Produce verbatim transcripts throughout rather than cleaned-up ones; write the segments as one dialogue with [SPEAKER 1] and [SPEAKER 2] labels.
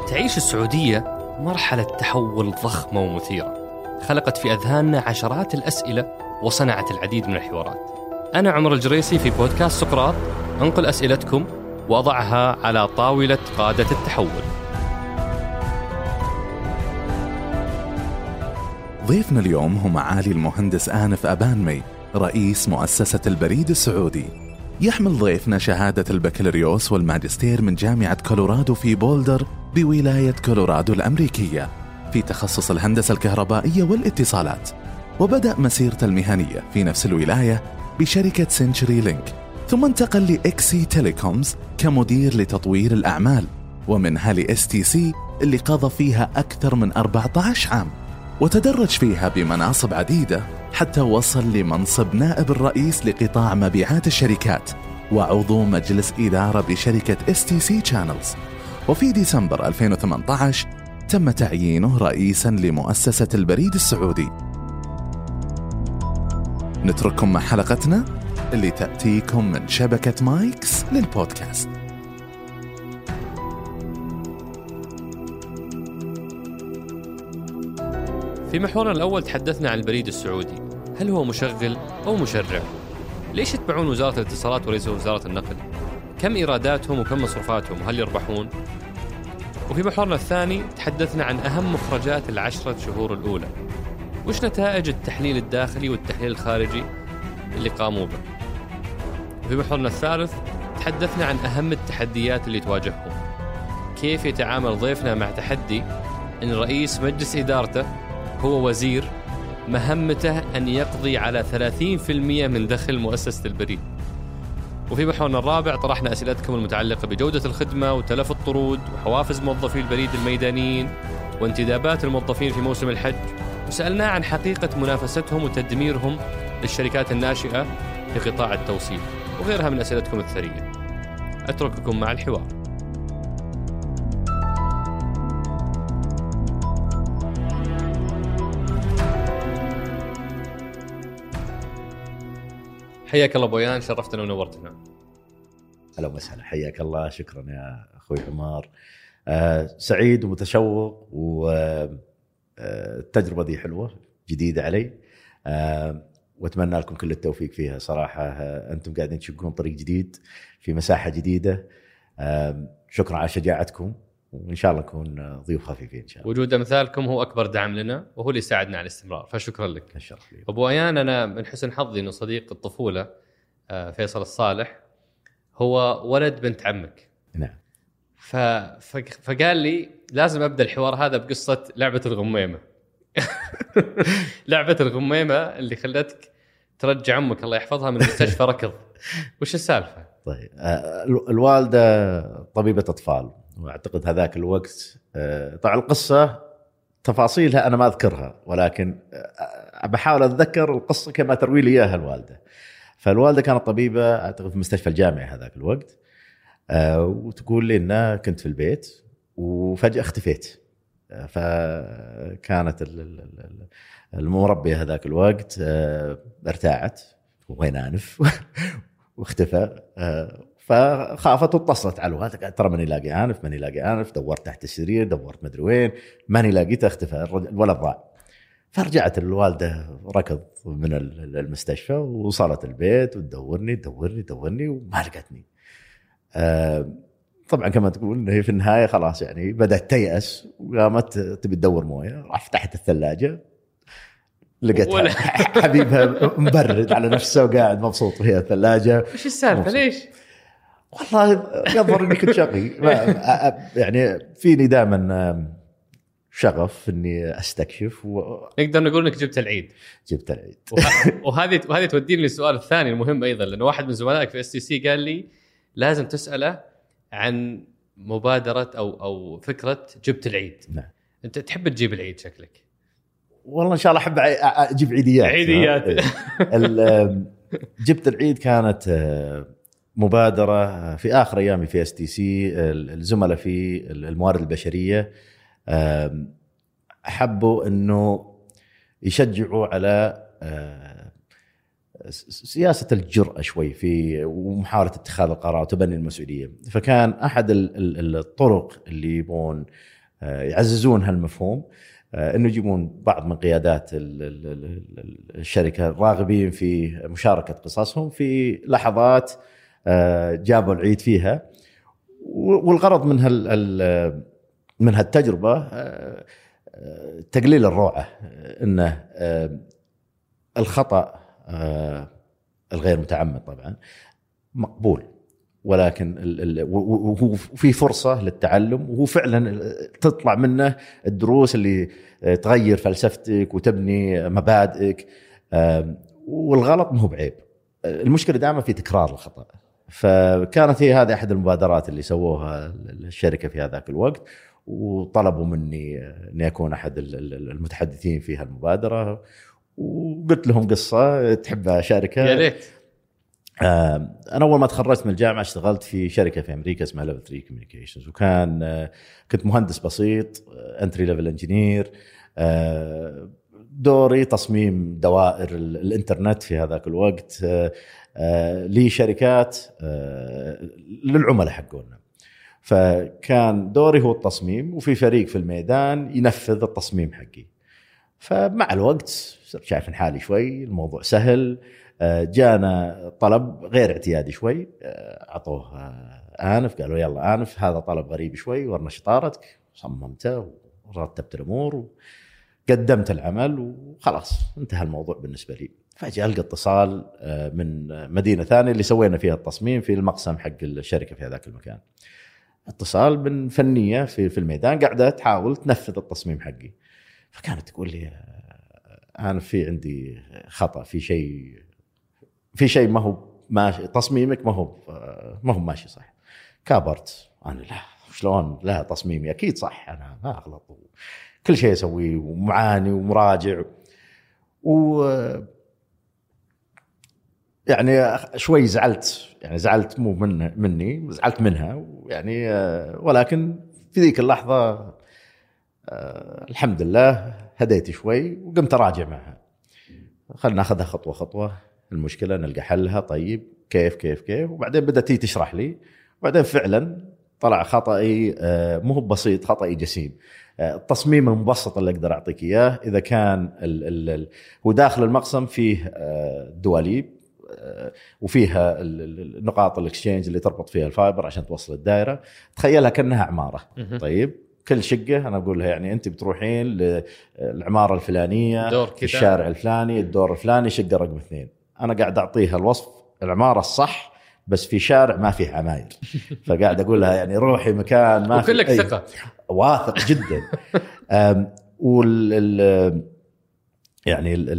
[SPEAKER 1] تعيش السعودية مرحلة تحول ضخمة ومثيرة، خلقت في أذهاننا عشرات الأسئلة وصنعت العديد من الحوارات. أنا عمر الجريسي في بودكاست سقراط أنقل أسئلتكم وأضعها على طاولة قادة التحول.
[SPEAKER 2] ضيفنا اليوم هو معالي المهندس آنف أبانمي، رئيس مؤسسة البريد السعودي. يحمل ضيفنا شهادة البكالوريوس والماجستير من جامعة كولورادو في بولدر بولاية كولورادو الأمريكية في تخصص الهندسة الكهربائية والاتصالات، وبدأ مسيرته المهنية في نفس الولاية بشركة سنشري لينك، ثم انتقل لإكسي تيليكومز كمدير لتطوير الأعمال، ومنها لإس تي سي اللي قضى فيها أكثر من أربعة عشر عام، وتدرج فيها بمناصب عديدة حتى وصل لمنصب نائب الرئيس لقطاع مبيعات الشركات وعضو مجلس إدارة بشركة إس تي سي Channels. وفي ديسمبر ألفين وثمانية عشر تم تعيينه رئيساً لمؤسسة البريد السعودي. نترككم مع حلقتنا اللي تأتيكم من شبكة مايكس للبودكاست.
[SPEAKER 1] في محورنا الأول تحدثنا عن البريد السعودي، هل هو مشغل أو مشرع؟ ليش يتبعون وزارة الاتصالات وليس وزارة النقل؟ كم إيراداتهم وكم مصروفاتهم وهل يربحون؟ وفي محورنا الثاني تحدثنا عن أهم مخرجات العشرة شهور الأولى، وش نتائج التحليل الداخلي والتحليل الخارجي اللي قاموا به. وفي محورنا الثالث تحدثنا عن أهم التحديات اللي تواجههم. كيف يتعامل ضيفنا مع تحدي أن رئيس مجلس إدارته هو وزير مهمته أن يقضي على ثلاثين بالمئة من دخل مؤسسة البريد. وفي محورنا الرابع طرحنا أسئلتكم المتعلقة بجودة الخدمة وتلف الطرود وحوافز موظفي البريد الميدانيين وانتدابات الموظفين في موسم الحج، وسألنا عن حقيقة منافستهم وتدميرهم للشركات الناشئة في قطاع التوصيل وغيرها من أسئلتكم الثرية. أترككم مع الحوار. حياك الله بويان، شرفتنا ونورتنا.
[SPEAKER 3] هلا وسهلا، حياك الله. شكرا يا أخوي عمار. أه سعيد ومتشوق، والتجربة دي حلوة جديدة علي، أه وأتمنى لكم كل التوفيق فيها صراحة. أه أنتم قاعدين تشقون طريق جديد في مساحة جديدة. أه شكرا على شجاعتكم، وإن شاء الله نكون ضيوف خفيفين إن شاء الله.
[SPEAKER 1] وجود أمثالكم هو أكبر دعم لنا وهو اللي يساعدنا على الاستمرار، فشكرا لك.
[SPEAKER 3] الشرف لي.
[SPEAKER 1] أبو أيان، أنا من حسن حظي إنه صديق الطفولة فيصل الصالح هو ولد بنت عمك.
[SPEAKER 3] نعم.
[SPEAKER 1] ف... فقال لي لازم أبدأ الحوار هذا بقصة لعبة الغميمة. لعبة الغميمة اللي خلتك ترجع أمك الله يحفظها من مستشفى ركض، وش السالفة؟
[SPEAKER 3] طيب، الوالدة طبيبة أطفال، وأعتقد هذاك الوقت طبعا القصة تفاصيلها أنا ما أذكرها، ولكن بحاول أتذكر القصة كما تروي لي إياها الوالدة. فالوالدة كانت طبيبة أعتقد في مستشفى الجامعة هذاك الوقت، وتقول لي إن كنت في البيت وفجأة اختفيت. فكانت المربية هذاك الوقت ارتاعت وين آنف واختفى، فخافت واتصلت على الوالد، ترى ماني لاقي آنف ماني لاقي آنف، دورت تحت السرير دورت مدري وين ماني لاقيته، اختفى الولد ضاع. فرجعت الوالدة ركض من المستشفى ووصلت البيت وتدورني تدورني تدورني وما لقتني. آه طبعا كما تقول هي في النهاية خلاص يعني بدأت تيأس وقامت تبي تدور موية، راح فتحت الثلاجة لقيتها حبيبها مبرد على نفسه وقاعد مبسوط فيها الثلاجة.
[SPEAKER 1] وش السالفة ليش؟
[SPEAKER 3] والله يظهر اني كنت شقي يعني فيني دائما شغف اني استكشف و...
[SPEAKER 1] نقدر نقول انك جبت العيد.
[SPEAKER 3] جبت العيد.
[SPEAKER 1] وهذه وهذه توديني للسؤال الثاني المهم ايضا، لانه واحد من زملائك في اس تي سي قال لي لازم تساله عن مبادره او او فكره جبت العيد.
[SPEAKER 3] نعم.
[SPEAKER 1] انت تحب تجيب العيد شكلك.
[SPEAKER 3] والله ان شاء الله احب اجيب عيديات.
[SPEAKER 1] عيديات.
[SPEAKER 3] جبت العيد كانت مبادره في اخر ايامي في اس تي سي. الزملاء في الموارد البشريه حبوا انه يشجعوا على سياسة الجرأة شوي في ومحاولة اتخاذ القرار وتبني المسؤولية. فكان أحد الطرق اللي يبون يعززون هالمفهوم، انه يجيبون بعض من قيادات الشركه راغبين في مشاركه قصصهم في لحظات جابوا العيد فيها. والغرض من هال من هالتجربه تقليل الروعه، انه الخطا الغير متعمد طبعا مقبول، ولكن وفي فرصة للتعلم، وهو فعلا تطلع منه الدروس اللي تغير فلسفتك وتبني مبادئك. والغلط ما هو بعيب، المشكلة دائما في تكرار الخطأ. فكانت هي هذه أحد المبادرات اللي سووها الشركة في هذاك الوقت، وطلبوا مني أن أكون أحد المتحدثين في هالمبادرة، وقلت لهم قصة تحبها شاركها.
[SPEAKER 1] يا ريت.
[SPEAKER 3] أنا أول ما تخرجت من الجامعة اشتغلت في شركة في أمريكا اسمها ليفل ثري كوميونيكيشنز، وكان كنت مهندس بسيط انتري ليفل انجينير. دوري تصميم دوائر الانترنت في هذاك الوقت لشركات للعملاء حقونا. فكان دوري هو التصميم، وفي فريق في الميدان ينفذ التصميم حقي. فمع الوقت صرت شايف حالي شوي الموضوع سهل. جانا طلب غير اعتيادي شوي، عطوه آنف، قالوا يلا آنف هذا طلب غريب شوي، ورنا شطارتك. صممته ورتبت الأمور وقدمت العمل وخلاص انتهى الموضوع بالنسبة لي. فجأة ألقى اتصال من مدينة ثانية اللي سوينا فيها التصميم في المقسم حق الشركة في هذاك المكان. اتصال من فنية في في الميدان قاعدة تحاول تنفذ التصميم حقي. فكانت تقول لي أنا في عندي خطأ في شيء في شيء ما هو ماشي، تصميمك ما هو ما هو ماشي صح. كابرت أنا، لا شلون لا تصميمي أكيد صح، أنا ما أغلط، كل شيء أسويه ومعاني ومراجع. و يعني شوي زعلت، يعني زعلت مو من مني، زعلت منها يعني. ولكن في ذيك اللحظة الحمد لله هديت شوي وقمت أراجع معها. خلنا ناخذها خطوة خطوة، المشكلة نلقى حلها. طيب كيف كيف كيف وبعدين بدأت تشرح لي، وبعدين فعلا طلع خطأي مو بسيط، خطأي جسيم. التصميم المبسط اللي أقدر أعطيك إياه إذا كان ال ال هو داخل المقسم فيه دواليب وفيها النقاط الاكسشينج اللي تربط فيها الفايبر عشان توصل الدائرة، تخيلها كأنها عمارة. طيب كل شقة أنا أقول لها يعني أنت بتروحين للعمارة الفلانية في الشارع الفلاني الدور الفلاني شقة رقم اثنين. أنا قاعد أعطيها الوصف العمارة الصح بس في شارع ما فيه عماير. فقاعد أقول لها يعني روحي مكان ما
[SPEAKER 1] وكلك ثقة،
[SPEAKER 3] واثق جدا. وال يعني ال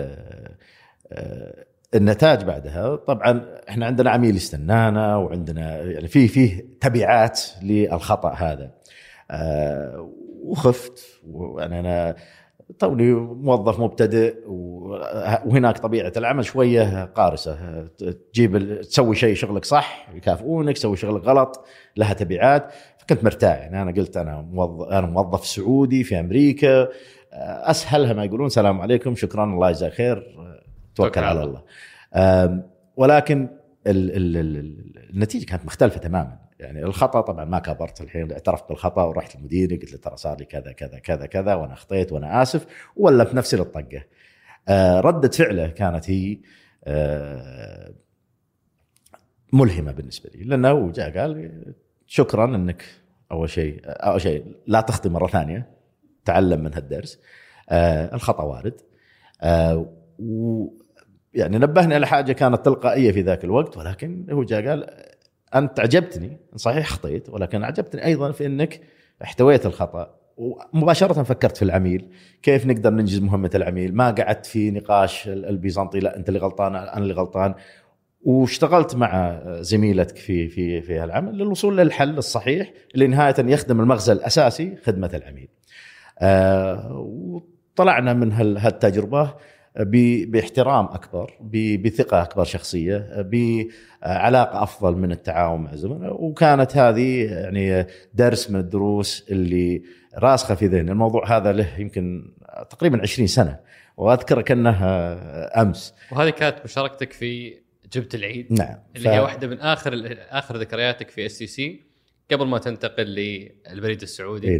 [SPEAKER 3] ال النتاج بعدها طبعا احنا عندنا عميل يستنانا، وعندنا يعني في فيه تبعات للخطأ هذا. أه وخفت، وانا انا توني موظف مبتدئ، وهناك طبيعة العمل شوية قارسة، تجيب تسوي شيء شغلك صح يكافئونك، تسوي شغلك غلط لها تبعات. فكنت مرتاح، يعني أنا قلت أنا موظف أنا موظف سعودي في أمريكا، أسهلها ما يقولون سلام عليكم شكرا الله يجزاك خير توكل على الله. ولكن ال ال النتيجة كانت مختلفة تماما. يعني الخطأ طبعا ما كبرت، الحين اعترفت بالخطأ ورحت لمديري قلت له ترى صار لي كذا كذا كذا كذا وانا اخطيت وانا اسف، ولا في نفس الطقه. آه ردة فعله كانت هي آه ملهمه بالنسبه لي، لانه جاء قال لي شكرا انك اول شيء اول شيء لا تخطي مره ثانيه، تعلم من هالدرس. آه الخطأ وارد. آه ويعني نبهني على حاجه كانت تلقائيه في ذاك الوقت، ولكن هو جاء قال أنت عجبتني صحيح خطيت، ولكن عجبتني أيضا في أنك احتويت الخطأ. ومباشرة فكرت في العميل، كيف نقدر ننجز مهمة العميل. ما قعدت في نقاش البيزنطي لا أنت اللي غلطان أنا اللي غلطان. واشتغلت مع زميلتك في في في هالعمل للوصول للحل الصحيح اللي نهاية يخدم المغزى الأساسي خدمة العميل. آه وطلعنا من هالتجربة باحترام أكبر، بثقة أكبر شخصية، بعلاقة أفضل من التعاون مع زملاء. وكانت هذه يعني درس من الدروس اللي راسخة في ذهني. الموضوع هذا له يمكن تقريبا عشرين سنة وأذكر كأنها أمس.
[SPEAKER 1] وهذه كانت مشاركتك في جبت العيد.
[SPEAKER 3] نعم.
[SPEAKER 1] اللي ف... هي واحدة من آخر آخر ذكرياتك في اس سي سي قبل ما تنتقل للبريد السعودي.
[SPEAKER 3] إيه نعم.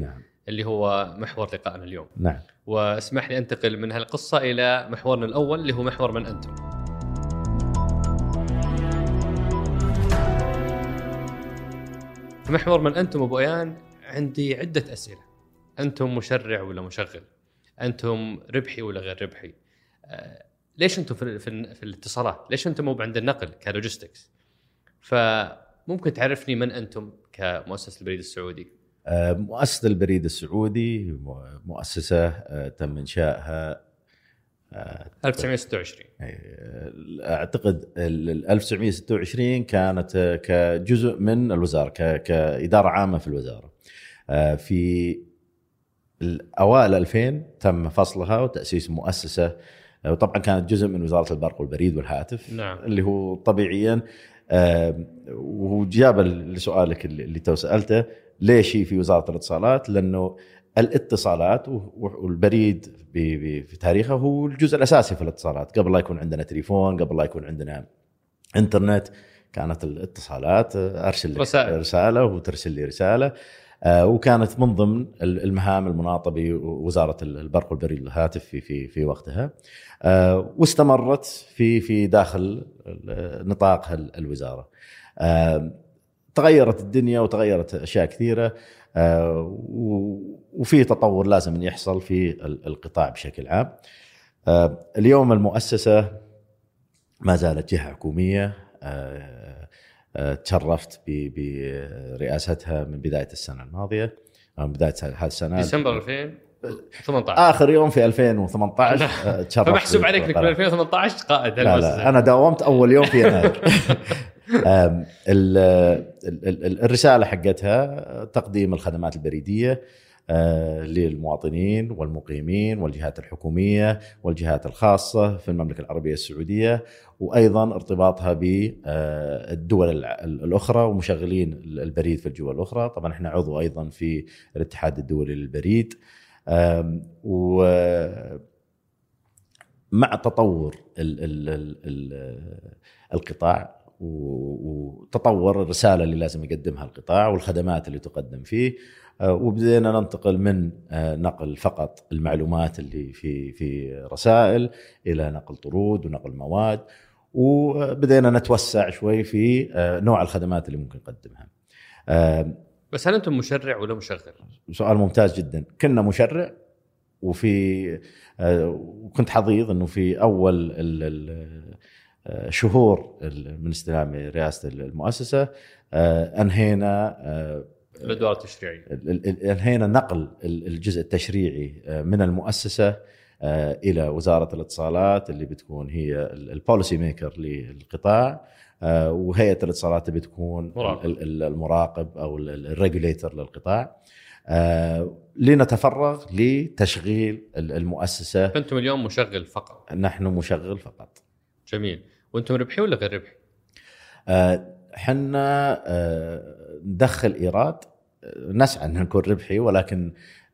[SPEAKER 1] اللي هو محور لقائنا اليوم.
[SPEAKER 3] نعم.
[SPEAKER 1] واسمح لي أنتقل من هالقصة إلى محورنا الأول اللي هو محور من أنتم. في محور من أنتم أبو أيان عندي عدة أسئلة. أنتم مشرع ولا مشغل؟ أنتم ربحي ولا غير ربحي؟ آه ليش أنتم في, في, في الاتصالات؟ ليش أنتم مو عند النقل كلوجيستكس؟ فممكن تعرفني من أنتم كمؤسسة البريد السعودي؟
[SPEAKER 3] آه مؤسسة البريد السعودي مؤسسة آه تم إنشائها
[SPEAKER 1] آه ألف وتسعمائة وستة وعشرين.
[SPEAKER 3] أعتقد ألف وتسعمائة وستة وعشرين كانت كجزء من الوزارة كإدارة عامة في الوزارة. آه في الأوائل ألفين تم فصلها وتأسيس مؤسسة، وطبعا كانت جزء من وزارة البرق والبريد والهاتف.
[SPEAKER 1] نعم.
[SPEAKER 3] اللي هو طبيعيا وجاب لسؤالك اللي تو سألته ليش في وزارة الاتصالات، لأنه الاتصالات والبريد في تاريخه هو الجزء الأساسي في الاتصالات. قبل لا يكون عندنا تليفون، قبل لا يكون عندنا إنترنت، كانت الاتصالات أرسل
[SPEAKER 1] رسائل.
[SPEAKER 3] رسالة وترسل لي رسالة. آه وكانت من ضمن المهام المناطة بوزارة البرق والبريد والهاتف في في في وقتها. آه واستمرت في في داخل نطاق الوزارة. آه تغيرت الدنيا وتغيرت أشياء كثيرة، آه وفي تطور لازم أن يحصل في القطاع بشكل عام. آه اليوم المؤسسة ما زالت جهة حكومية. آه تشرفت برئاستها من بداية السنة الماضية، من بداية هذه السنة
[SPEAKER 1] ديسمبر ألفين وثمانية عشر،
[SPEAKER 3] آخر يوم في ألفين وثمانية عشر تشرفت.
[SPEAKER 1] فمحسوب عليك إنك من ألفين وثمانية عشر قائد.
[SPEAKER 3] لا لا أنا داومت أول يوم في يناير. الرسالة حقتها تقديم الخدمات البريدية للمواطنين والمقيمين والجهات الحكومية والجهات الخاصة في المملكة العربية السعودية، وأيضا ارتباطها بالدول الأخرى ومشغلين البريد في الدول الأخرى. طبعا احنا عضو أيضا في الاتحاد الدولي للبريد. ومع تطور القطاع وتطور الرسالة اللي لازم يقدمها القطاع والخدمات اللي تقدم فيه، وبدأنا ننتقل من نقل فقط المعلومات اللي في في رسائل إلى نقل طرود ونقل مواد، وبدأنا نتوسع شوي في نوع الخدمات اللي ممكن نقدمها.
[SPEAKER 1] بس هل أنتم مشرع ولا مشغل؟
[SPEAKER 3] سؤال ممتاز جدا. كنا مشرع، وفي وكنت حظيظ أنه في أول شهور من استلام رئاسة المؤسسة أنهينا
[SPEAKER 1] الأدوار التشريعية،
[SPEAKER 3] أنهينا نقل الجزء التشريعي من المؤسسة إلى وزارة الاتصالات اللي بتكون هي البوليسي ميكر للقطاع، وهيئة الاتصالات اللي بتكون
[SPEAKER 1] مراقب.
[SPEAKER 3] المراقب أو الريجوليتر للقطاع، لنتفرغ لتشغيل المؤسسة.
[SPEAKER 1] فأنتم اليوم مشغل فقط؟
[SPEAKER 3] نحن مشغل فقط.
[SPEAKER 1] جميل. وأنتم ربحي ولا غير ربحي؟
[SPEAKER 3] حنا ندخل إيراد، نسعى أن نكون ربحي، ولكن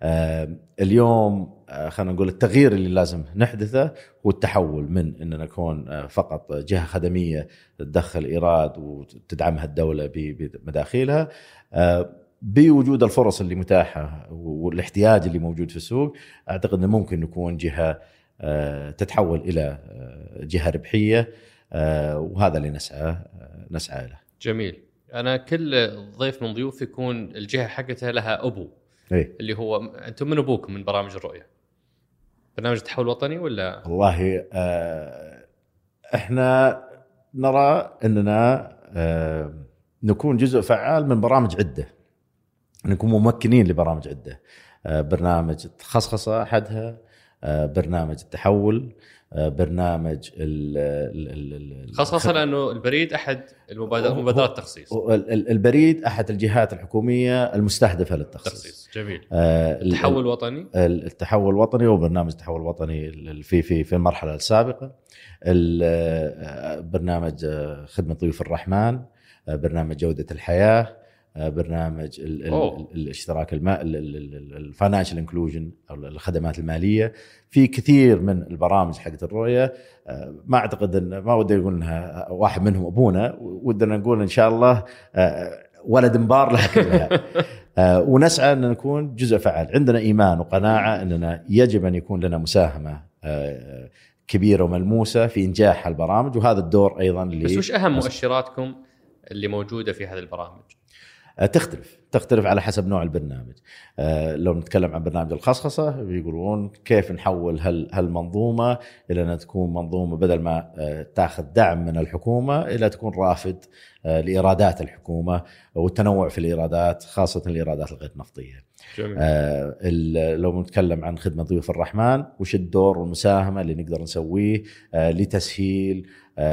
[SPEAKER 3] اليوم خلينا نقول التغيير اللي لازم نحدثه هو التحول من أن نكون فقط جهة خدمية تدخل إيراد وتدعمها الدولة بمداخيلها، بوجود الفرص اللي متاحة والاحتياج اللي موجود في السوق. أعتقد أنه ممكن نكون جهة تتحول إلى جهة ربحية، وهذا اللي نسعى نسعى له.
[SPEAKER 1] جميل. أنا كل ضيف من ضيوف يكون الجهة حقتها لها أبو،
[SPEAKER 3] إيه؟
[SPEAKER 1] اللي هو أنتم من أبوكم من برامج الرؤية؟ برنامج التحول الوطني ولا؟
[SPEAKER 3] والله آه إحنا نرى أننا آه نكون جزء فعال من برامج عدة، نكون ممكنين لبرامج عدة. آه برنامج الخصخصة أحدها، آه برنامج التحول، برنامج
[SPEAKER 1] خاصة لأنه البريد أحد المبادرات التخصيص.
[SPEAKER 3] البريد أحد الجهات الحكومية المستهدفة للتخصيص.
[SPEAKER 1] جميل. التحول الوطني
[SPEAKER 3] التحول الوطني وبرنامج التحول الوطني في في في المرحلة السابقة. برنامج خدمة ضيوف الرحمن، برنامج جودة الحياة، برنامج ال ال الاشتراك الماء، الفاينانشال انكلوجن او الخدمات الماليه. في كثير من البرامج حقت الرؤيه، ما اعتقد ان ما ودي اقول انها واحد منهم ابونا، ودنا نقول ان شاء الله ولد مبار لها كلها. ونسعى أن نكون جزء فعال. عندنا إيمان وقناعة أننا يجب أن يكون لنا مساهمة كبيرة وملموسة في إنجاح البرامج، وهذا الدور أيضا اللي
[SPEAKER 1] بس وش أهم مؤشراتكم اللي موجودة في هذه البرامج؟
[SPEAKER 3] تختلف تختلف على حسب نوع البرنامج. لو نتكلم عن برنامج الخصخصة بيقولون كيف نحول هالمنظومة إلى أن تكون منظومة بدل ما تأخذ دعم من الحكومة إلى تكون رافد لإيرادات الحكومة والتنوع في الإيرادات، خاصة الإيرادات الغير نفطية. جميل. لو نتكلم عن خدمة ضيوف الرحمن، وش الدور والمساهمة اللي نقدر نسويه لتسهيل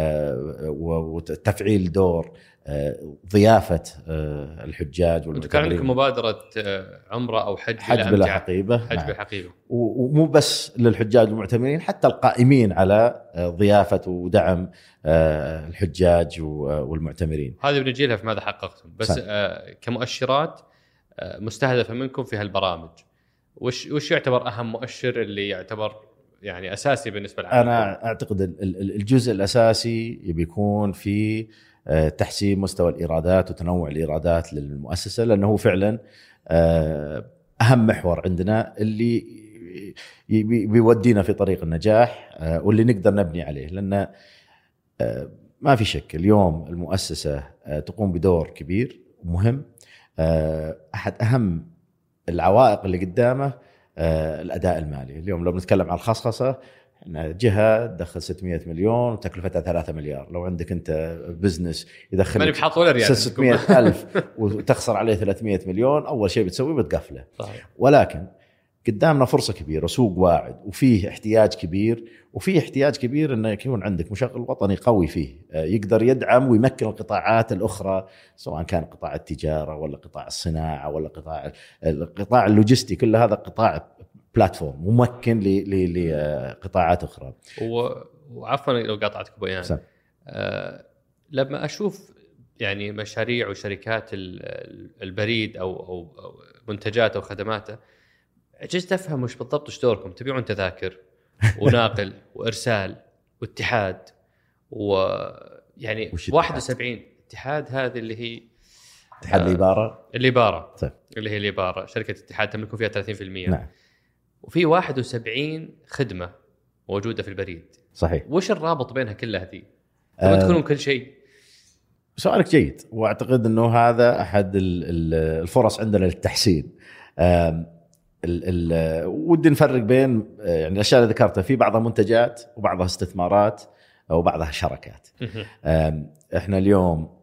[SPEAKER 3] وتفعيل دور ضيافة الحجاج والمعتمرين.
[SPEAKER 1] كان عندكم مبادرة عمرة أو حج,
[SPEAKER 3] حج بلا حقيبة.
[SPEAKER 1] حج بلا حقيبة.
[SPEAKER 3] ومو بس للحجاج والمعتمرين، حتى القائمين على ضيافة ودعم الحجاج والمعتمرين.
[SPEAKER 1] هذه بنجي لها في ماذا حققتم، بس سنة. كمؤشرات مستهدفة منكم في هالبرامج، وش وش يعتبر أهم مؤشر اللي يعتبر يعني أساسي بالنسبة لعملكم؟
[SPEAKER 3] أنا أعتقد الجزء الأساسي بيكون في تحسين مستوى الإيرادات وتنوع الإيرادات للمؤسسة، لأنه فعلا أهم محور عندنا اللي بيودينا في طريق النجاح واللي نقدر نبني عليه. لأن ما في شك اليوم المؤسسة تقوم بدور كبير ومهم. أحد أهم العوائق اللي قدامه الأداء المالي. اليوم لو بنتكلم عن الخصخصة، جهة تدخل ستمائة مليون وتكلفتها ثلاثة مليار. لو عندك أنت بزنس يدخل ستمائة ألف وتخسر عليه ثلاثمائة مليون، أول شيء بتسويه بتقفله. صحيح. ولكن قدامنا فرصة كبيرة، سوق واعد، وفيه احتياج كبير، وفيه احتياج كبير أن يكون عندك مشغل وطني قوي فيه يقدر يدعم ويمكن القطاعات الأخرى، سواء كان قطاع التجارة ولا قطاع الصناعة ولا قطاع القطاع اللوجستي. كل هذا قطاع بلاتفورم ممكن لقطاعات أخرى.
[SPEAKER 1] وعفوا لو قاطعتك أبو ايان، أه لما أشوف يعني مشاريع وشركات البريد أو, أو, أو منتجات أو خدماته، عجزت أفهم وش بالضبط وش دوركم. تبيعون تذاكر وناقل وإرسال واتحاد، ويعني واحد وسبعين اتحاد، هذه اللي هي
[SPEAKER 3] اتحاد الإبارة.
[SPEAKER 1] الإبارة طيب. اللي هي الإبارة شركة اتحاد تملكوا فيها ثلاثين بالمئة. نعم. وفي واحد وسبعين خدمة موجودة في البريد. صحيح. وش الرابط بينها كلها دي؟ تبغى أه تكونون كل شيء.
[SPEAKER 3] سؤالك جيد، واعتقد انه هذا احد الفرص عندنا للتحسين. ودي نفرق بين يعني الاشياء اللي ذكرتها، في بعضها منتجات وبعضها استثمارات وبعضها شركات. احنا اليوم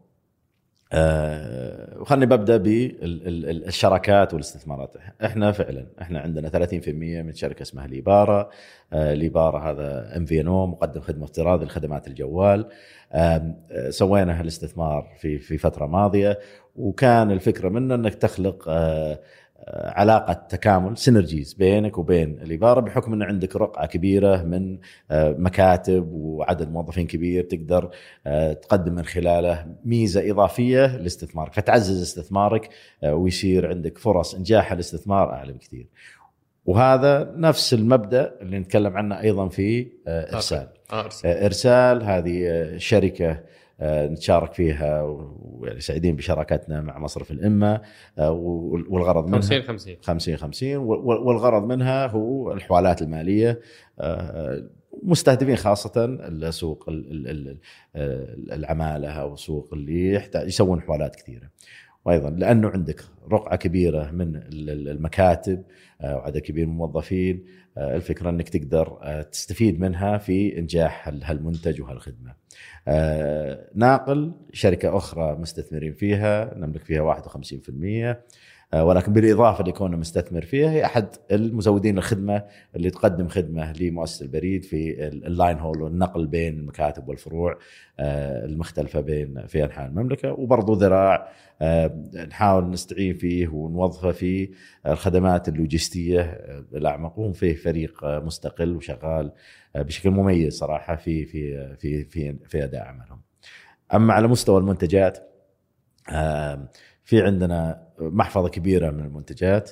[SPEAKER 3] وخلني ببدا بالشراكات والاستثمارات. احنا فعلا احنا عندنا ثلاثين بالمئة من شركه اسمها الإبارة. الإبارة هذا ام في ان او، مقدم خدمه افتراضي لخدمات الجوال. سوينا هالاستثمار في في فتره ماضيه، وكان الفكره منه انك تخلق علاقة تكامل سينرجيز بينك وبين الإبارة، بحكم أن عندك رقعة كبيرة من مكاتب وعدد موظفين كبير تقدر تقدم من خلاله ميزة إضافية لاستثمارك، فتعزز استثمارك ويصير عندك فرص إنجاح الاستثمار أعلى بكثير. وهذا نفس المبدأ اللي نتكلم عنه أيضا في إرسال. إرسال هذه شركة نتشارك فيها ويعني سعيدين بشراكتنا مع مصرف الأمة، والغرض منها
[SPEAKER 1] خمسين خمسين
[SPEAKER 3] خمسين خمسين، والغرض منها هو الحوالات المالية، مستهدفين خاصة السوق العمالة أو سوق اللي يحتاج يسوون حوالات كثيرة. وأيضا لأنه عندك رقعة كبيرة من المكاتب وعدد كبير من الموظفين، الفكرة أنك تقدر تستفيد منها في إنجاح هالمنتج وهالخدمة. ناقل شركة أخرى مستثمرين فيها، نملك فيها واحد وخمسين بالمئة، ولكن بالإضافة لكوننا مستثمر فيها هي أحد المزودين الخدمة اللي تقدم خدمة لمؤسسة البريد في اللاين هول والنقل بين المكاتب والفروع المختلفة بين في أنحاء المملكة. وبرضو ذراع نحاول نستعين فيه ونوظفه في الخدمات اللوجستية الأعمق، وهم فيه فريق مستقل وشغال بشكل مميز صراحة في في في في في أداء عملهم. أما على مستوى المنتجات، في عندنا محفظة كبيرة من المنتجات.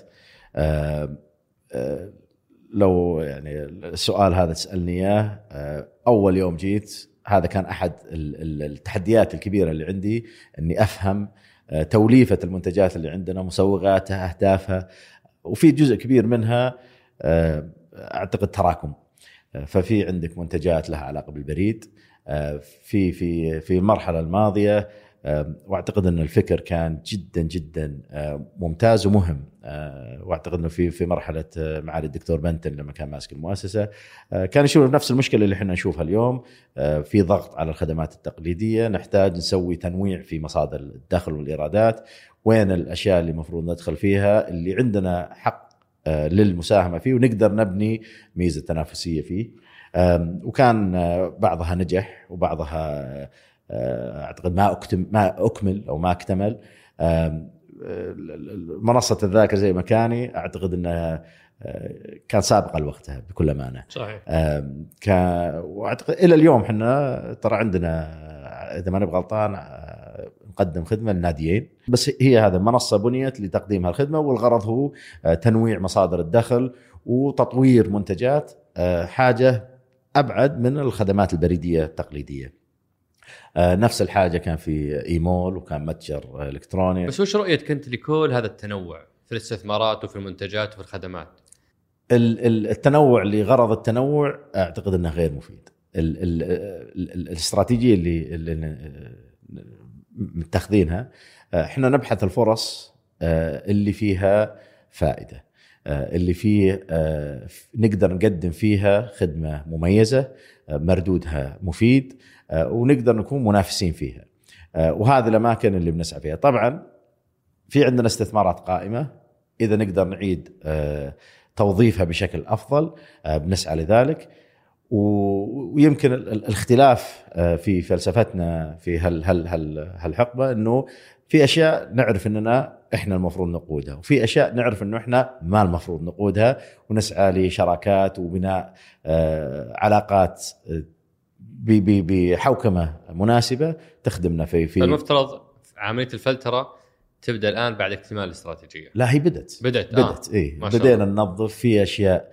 [SPEAKER 3] لو يعني السؤال هذا تسألني إياه أول يوم جيت هذا كان أحد التحديات الكبيرة اللي عندي، أني أفهم توليفة المنتجات اللي عندنا، مسوغاتها، أهدافها، وفي جزء كبير منها أعتقد تراكم. ففي عندك منتجات لها علاقة بالبريد في في في المرحلة الماضية، واعتقد ان الفكر كان جدا جدا ممتاز ومهم، واعتقد انه في في مرحله معالي الدكتور بنتن لما كان ماسك المؤسسه كان يشوف نفس المشكله اللي احنا نشوفها اليوم، في ضغط على الخدمات التقليديه، نحتاج نسوي تنويع في مصادر الدخل والايرادات، وين الاشياء اللي المفروض ندخل فيها اللي عندنا حق للمساهمه فيه ونقدر نبني ميزه تنافسيه فيه. وكان بعضها نجح وبعضها أعتقد ما أكتم ما أكمل أو ما اكتمل. منصة الذاكرة زي مكاني أعتقد أنها كان سابقة لوقتها بكل أمانة.
[SPEAKER 1] صحيح.
[SPEAKER 3] كان وأعتقد إلى اليوم حنا ترى عندنا إذا ما نبغى غلطان نقدم خدمة للناديين، بس هي هذا منصة بنيت لتقديم هالخدمة، والغرض هو تنويع مصادر الدخل وتطوير منتجات حاجة أبعد من الخدمات البريدية التقليدية. نفس الحاجة كان في إيمول وكان متجر إلكتروني.
[SPEAKER 1] بس وش رؤيتك أنت لكل هذا التنوع في الاستثمارات وفي المنتجات وفي الخدمات؟
[SPEAKER 3] التنوع لغرض التنوع أعتقد أنه غير مفيد. ال ال ال الاستراتيجية اللي, اللي متخذينها، احنا نبحث الفرص اللي فيها فائدة، اللي فيه نقدر نقدم فيها خدمة مميزة، مردودها مفيد، ونقدر نكون منافسين فيها، وهذه الأماكن اللي بنسعى فيها. طبعا في عندنا استثمارات قائمة، إذا نقدر نعيد توظيفها بشكل أفضل بنسعى لذلك. ويمكن الاختلاف في فلسفتنا في هالحقبة أنه في أشياء نعرف أننا إحنا المفروض نقودها، وفي أشياء نعرف أنه إحنا ما المفروض نقودها، ونسعى لشراكات وبناء علاقات بحوكمة مناسبة تخدمنا في في
[SPEAKER 1] المفترض عملية الفلترة تبدأ الآن بعد اكتمال الاستراتيجية.
[SPEAKER 3] لا هي بدت
[SPEAKER 1] بدت
[SPEAKER 3] بدت
[SPEAKER 1] آه.
[SPEAKER 3] إيه بدينا ننظف في أشياء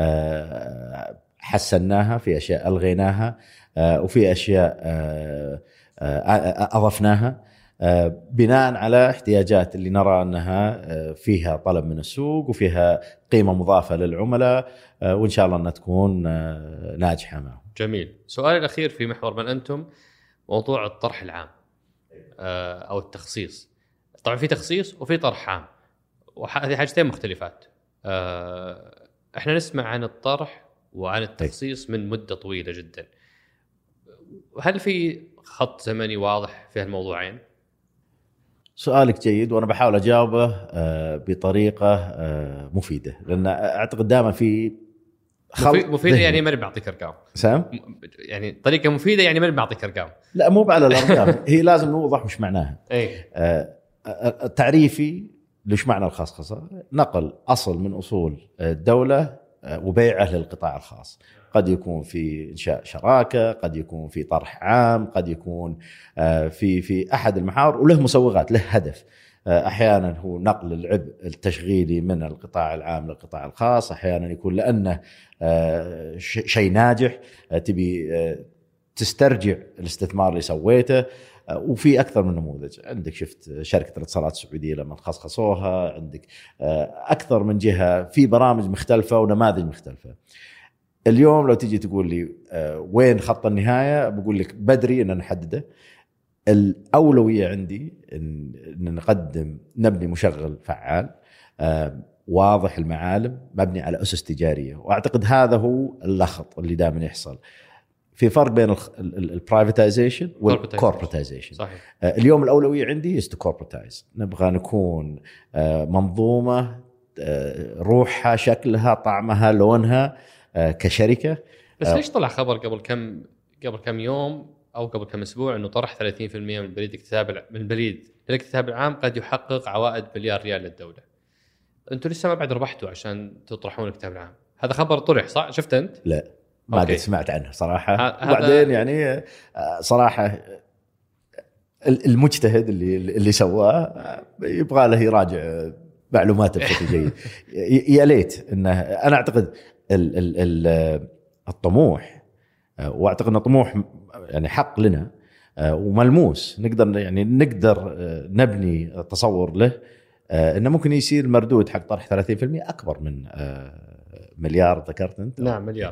[SPEAKER 3] حسناها، في أشياء ألغيناها، وفي أشياء أضفناها بناء على احتياجات اللي نرى أنها فيها طلب من السوق وفيها قيمة مضافة للعملاء، وإن شاء الله أنها تكون ناجحة معهم.
[SPEAKER 1] جميل. سؤالي الأخير في محور من أنتم، موضوع الطرح العام أو التخصيص. طبعا في تخصيص وفي طرح عام، وهذه حاجتين مختلفات. احنا نسمع عن الطرح وعن التخصيص من مدة طويلة جدا. هل في خط زمني واضح في هالموضوعين؟
[SPEAKER 3] سؤالك جيد، وأنا بحاول أجاوبه بطريقة مفيدة، لأن أعتقد دائما في
[SPEAKER 1] خلق مفيدة يعني ما بعطيك أرقام
[SPEAKER 3] سام
[SPEAKER 1] يعني طريقة مفيدة يعني ما بعطيك أرقام.
[SPEAKER 3] لا مو على الأرقام هي لازم نوضح وش معناها.
[SPEAKER 1] أي
[SPEAKER 3] تعريفي ليش معنى الخصخصة، نقل أصل من أصول الدولة وبيعه للقطاع الخاص. قد يكون في إنشاء شراكة، قد يكون في طرح عام، قد يكون في في أحد المحاور وله مسوغات، له هدف. أحيانا هو نقل العبء التشغيلي من القطاع العام للقطاع الخاص، أحيانا يكون لأنه شيء ناجح تبي تسترجع الاستثمار اللي سويته. وفي أكثر من نموذج، عندك شفت شركة الاتصالات السعودية لما خصخصوها، عندك أكثر من جهة في برامج مختلفة ونماذج مختلفة. اليوم لو تيجي تقول لي وين خط النهاية، بقول لك بدري أن نحدده. الأولوية عندي أن نقدم نبني مشغل فعال واضح المعالم مبني على أسس تجارية، وأعتقد هذا هو اللخط اللي دائما يحصل. في فرق بين البرايفتايزيشن والكوربراتيزيشن.
[SPEAKER 1] صحيح.
[SPEAKER 3] اليوم الأولوية عندي is to corporatize. نبغى نكون منظومة روحها، شكلها، طعمها، لونها كشركة.
[SPEAKER 1] بس ليش طلع خبر قبل كم قبل كم يوم أو قبل كم أسبوع إنه طرح ثلاثين بالمئة من البريد الاكتتاب من البريد الاكتتاب العام قد يحقق عوائد مليار ريال للدولة؟ أنتوا لسه ما بعد ربحتوا عشان تطرحون الاكتتاب العام. هذا خبر طرح صح؟ شفت أنت؟
[SPEAKER 3] لا ما قد سمعت عنه صراحة. وبعدين يعني صراحة المجتهد اللي اللي سواه يبغى له يراجع معلوماته بشكل جيد. يا ليت إنه أنا أعتقد ال ال ال الطموح، واعتقد ان طموح يعني حق لنا وملموس، نقدر يعني نقدر نبني تصور له انه ممكن يصير المردود حق طرح ثلاثين بالمئة اكبر من مليار ذكرت انت.
[SPEAKER 1] نعم مليار.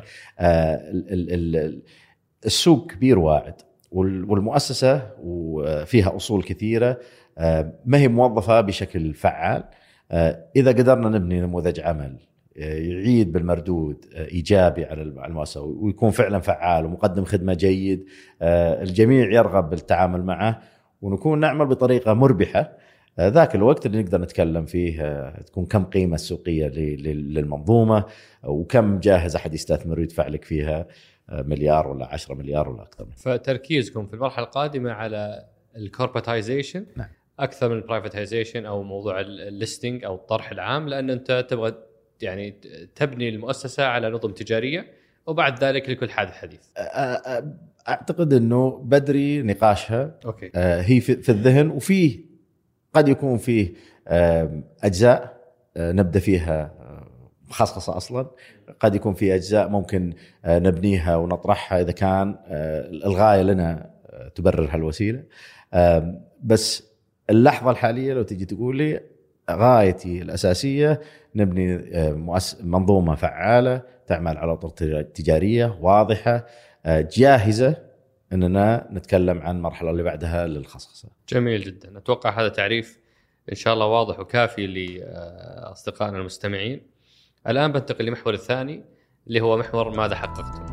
[SPEAKER 3] السوق كبير واعد، والمؤسسه وفيها اصول كثيره ما هي موظفه بشكل فعال. اذا قدرنا نبني نموذج عمل يعيد بالمردود ايجابي على المؤسسه ويكون فعلا فعال ومقدم خدمه جيد، الجميع يرغب بالتعامل معه ونكون نعمل بطريقه مربحه، ذاك الوقت اللي نقدر نتكلم فيه تكون كم قيمه السوقيه للمنظومه وكم جاهز احد يستثمر ويدفع لك فيها مليار ولا عشرة مليار ولا اكثر.
[SPEAKER 1] فتركيزكم في المرحله القادمه على الكوربراتايزيشن
[SPEAKER 3] نعم.
[SPEAKER 1] اكثر من البرايفتايزيشن او موضوع الليستنج او الطرح العام، لان انت تبغى يعني تبني المؤسسه على نظم تجاريه وبعد ذلك لكل حادث حديث.
[SPEAKER 3] اعتقد انه بدري نقاشها.
[SPEAKER 1] أوكي.
[SPEAKER 3] هي في الذهن، وفيه قد يكون فيه اجزاء نبدا فيها مخصصه اصلا، قد يكون في اجزاء ممكن نبنيها ونطرحها اذا كان الغايه لنا تبرر هالوسيله. بس اللحظه الحاليه لو تجي تقول لي غايتي الاساسيه نبني منظومه فعاله تعمل على طرق تجاريه واضحه جاهزه اننا نتكلم عن المرحله اللي بعدها للخصخصه.
[SPEAKER 1] جميل جدا. اتوقع هذا تعريف ان شاء الله واضح وكافي لاصدقائنا المستمعين. الان بنتقل للمحور الثاني اللي هو محور ماذا حققتم.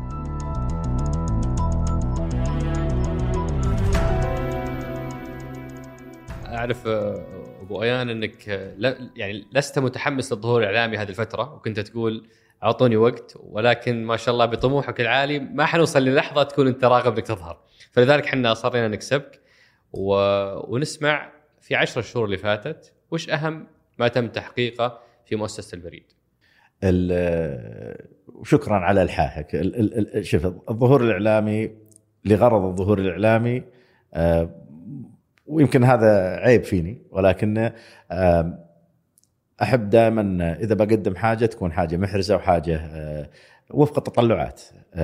[SPEAKER 1] اعرف ابو ايان انك يعني لست متحمس للظهور الاعلامي هذه الفتره، وكنت تقول اعطوني وقت، ولكن ما شاء الله بطموحك العالي ما حنوصل للحظه تكون انت راغب انك تظهر، فلذلك حنا اصرينا نكسبك و... ونسمع في عشر شهور اللي فاتت وش اهم ما تم تحقيقه في مؤسسه البريد.
[SPEAKER 3] شكرا على الحاحك. شوف، الظهور الاعلامي لغرض الظهور الاعلامي، ويمكن هذا عيب فيني، ولكن أحب دائما إذا بقدم حاجة تكون حاجة محرزة وحاجة وفق التطلعات.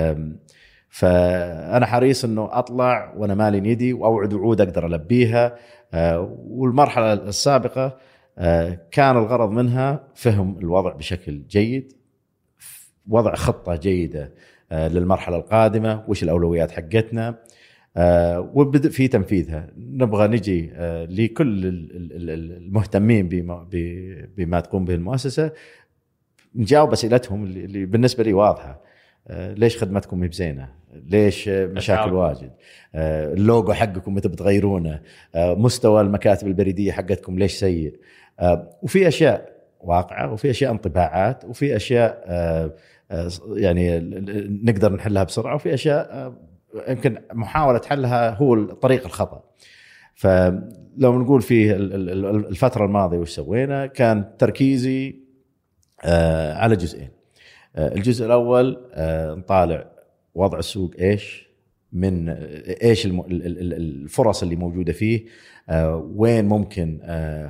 [SPEAKER 3] فأنا حريص أنه أطلع وأنا مالي يدي وأوعد وعود أقدر ألبيها. والمرحلة السابقة كان الغرض منها فهم الوضع بشكل جيد، وضع خطة جيدة للمرحلة القادمة، وش الأولويات حقتنا، آه وبدأ في تنفيذها. نبغى نجي آه لكل المهتمين بما, بما تقوم به المؤسسة، نجاوب أسئلتهم اللي بالنسبة لي واضحة. آه ليش خدمتكم بزينة؟ ليش مشاكل واجد؟ آه اللوجو حقكم متى بتغيرونه؟ آه مستوى المكاتب البريدية حقتكم ليش سيء؟ آه وفي أشياء واقعة، وفي أشياء انطباعات، وفي أشياء آه آه يعني نقدر نحلها بسرعة، وفي أشياء آه يمكن محاولة حلها هو الطريق الخطأ. فلو نقول في الفترة الماضية وش سوينا، كان تركيزي على جزئين. الجزء الأول نطالع وضع السوق إيش، من إيش الفرص اللي موجودة فيه، وين ممكن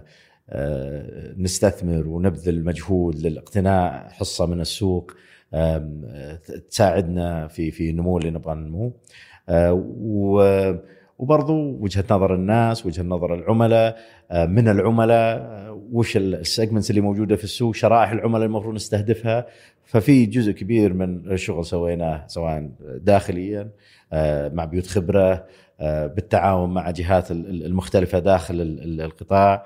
[SPEAKER 3] نستثمر ونبذل مجهود للاقتناء حصة من السوق تساعدنا في في النمو اللي نبغى ننمو. وبرضو وجهة نظر الناس، وجهة نظر العملاء، من العملاء وش السيجمنتس اللي موجودة في السوق، شرائح العملاء المفروض نستهدفها. ففي جزء كبير من الشغل سويناه سواء داخليا مع بيوت خبرة، بالتعاون مع جهات المختلفة داخل القطاع.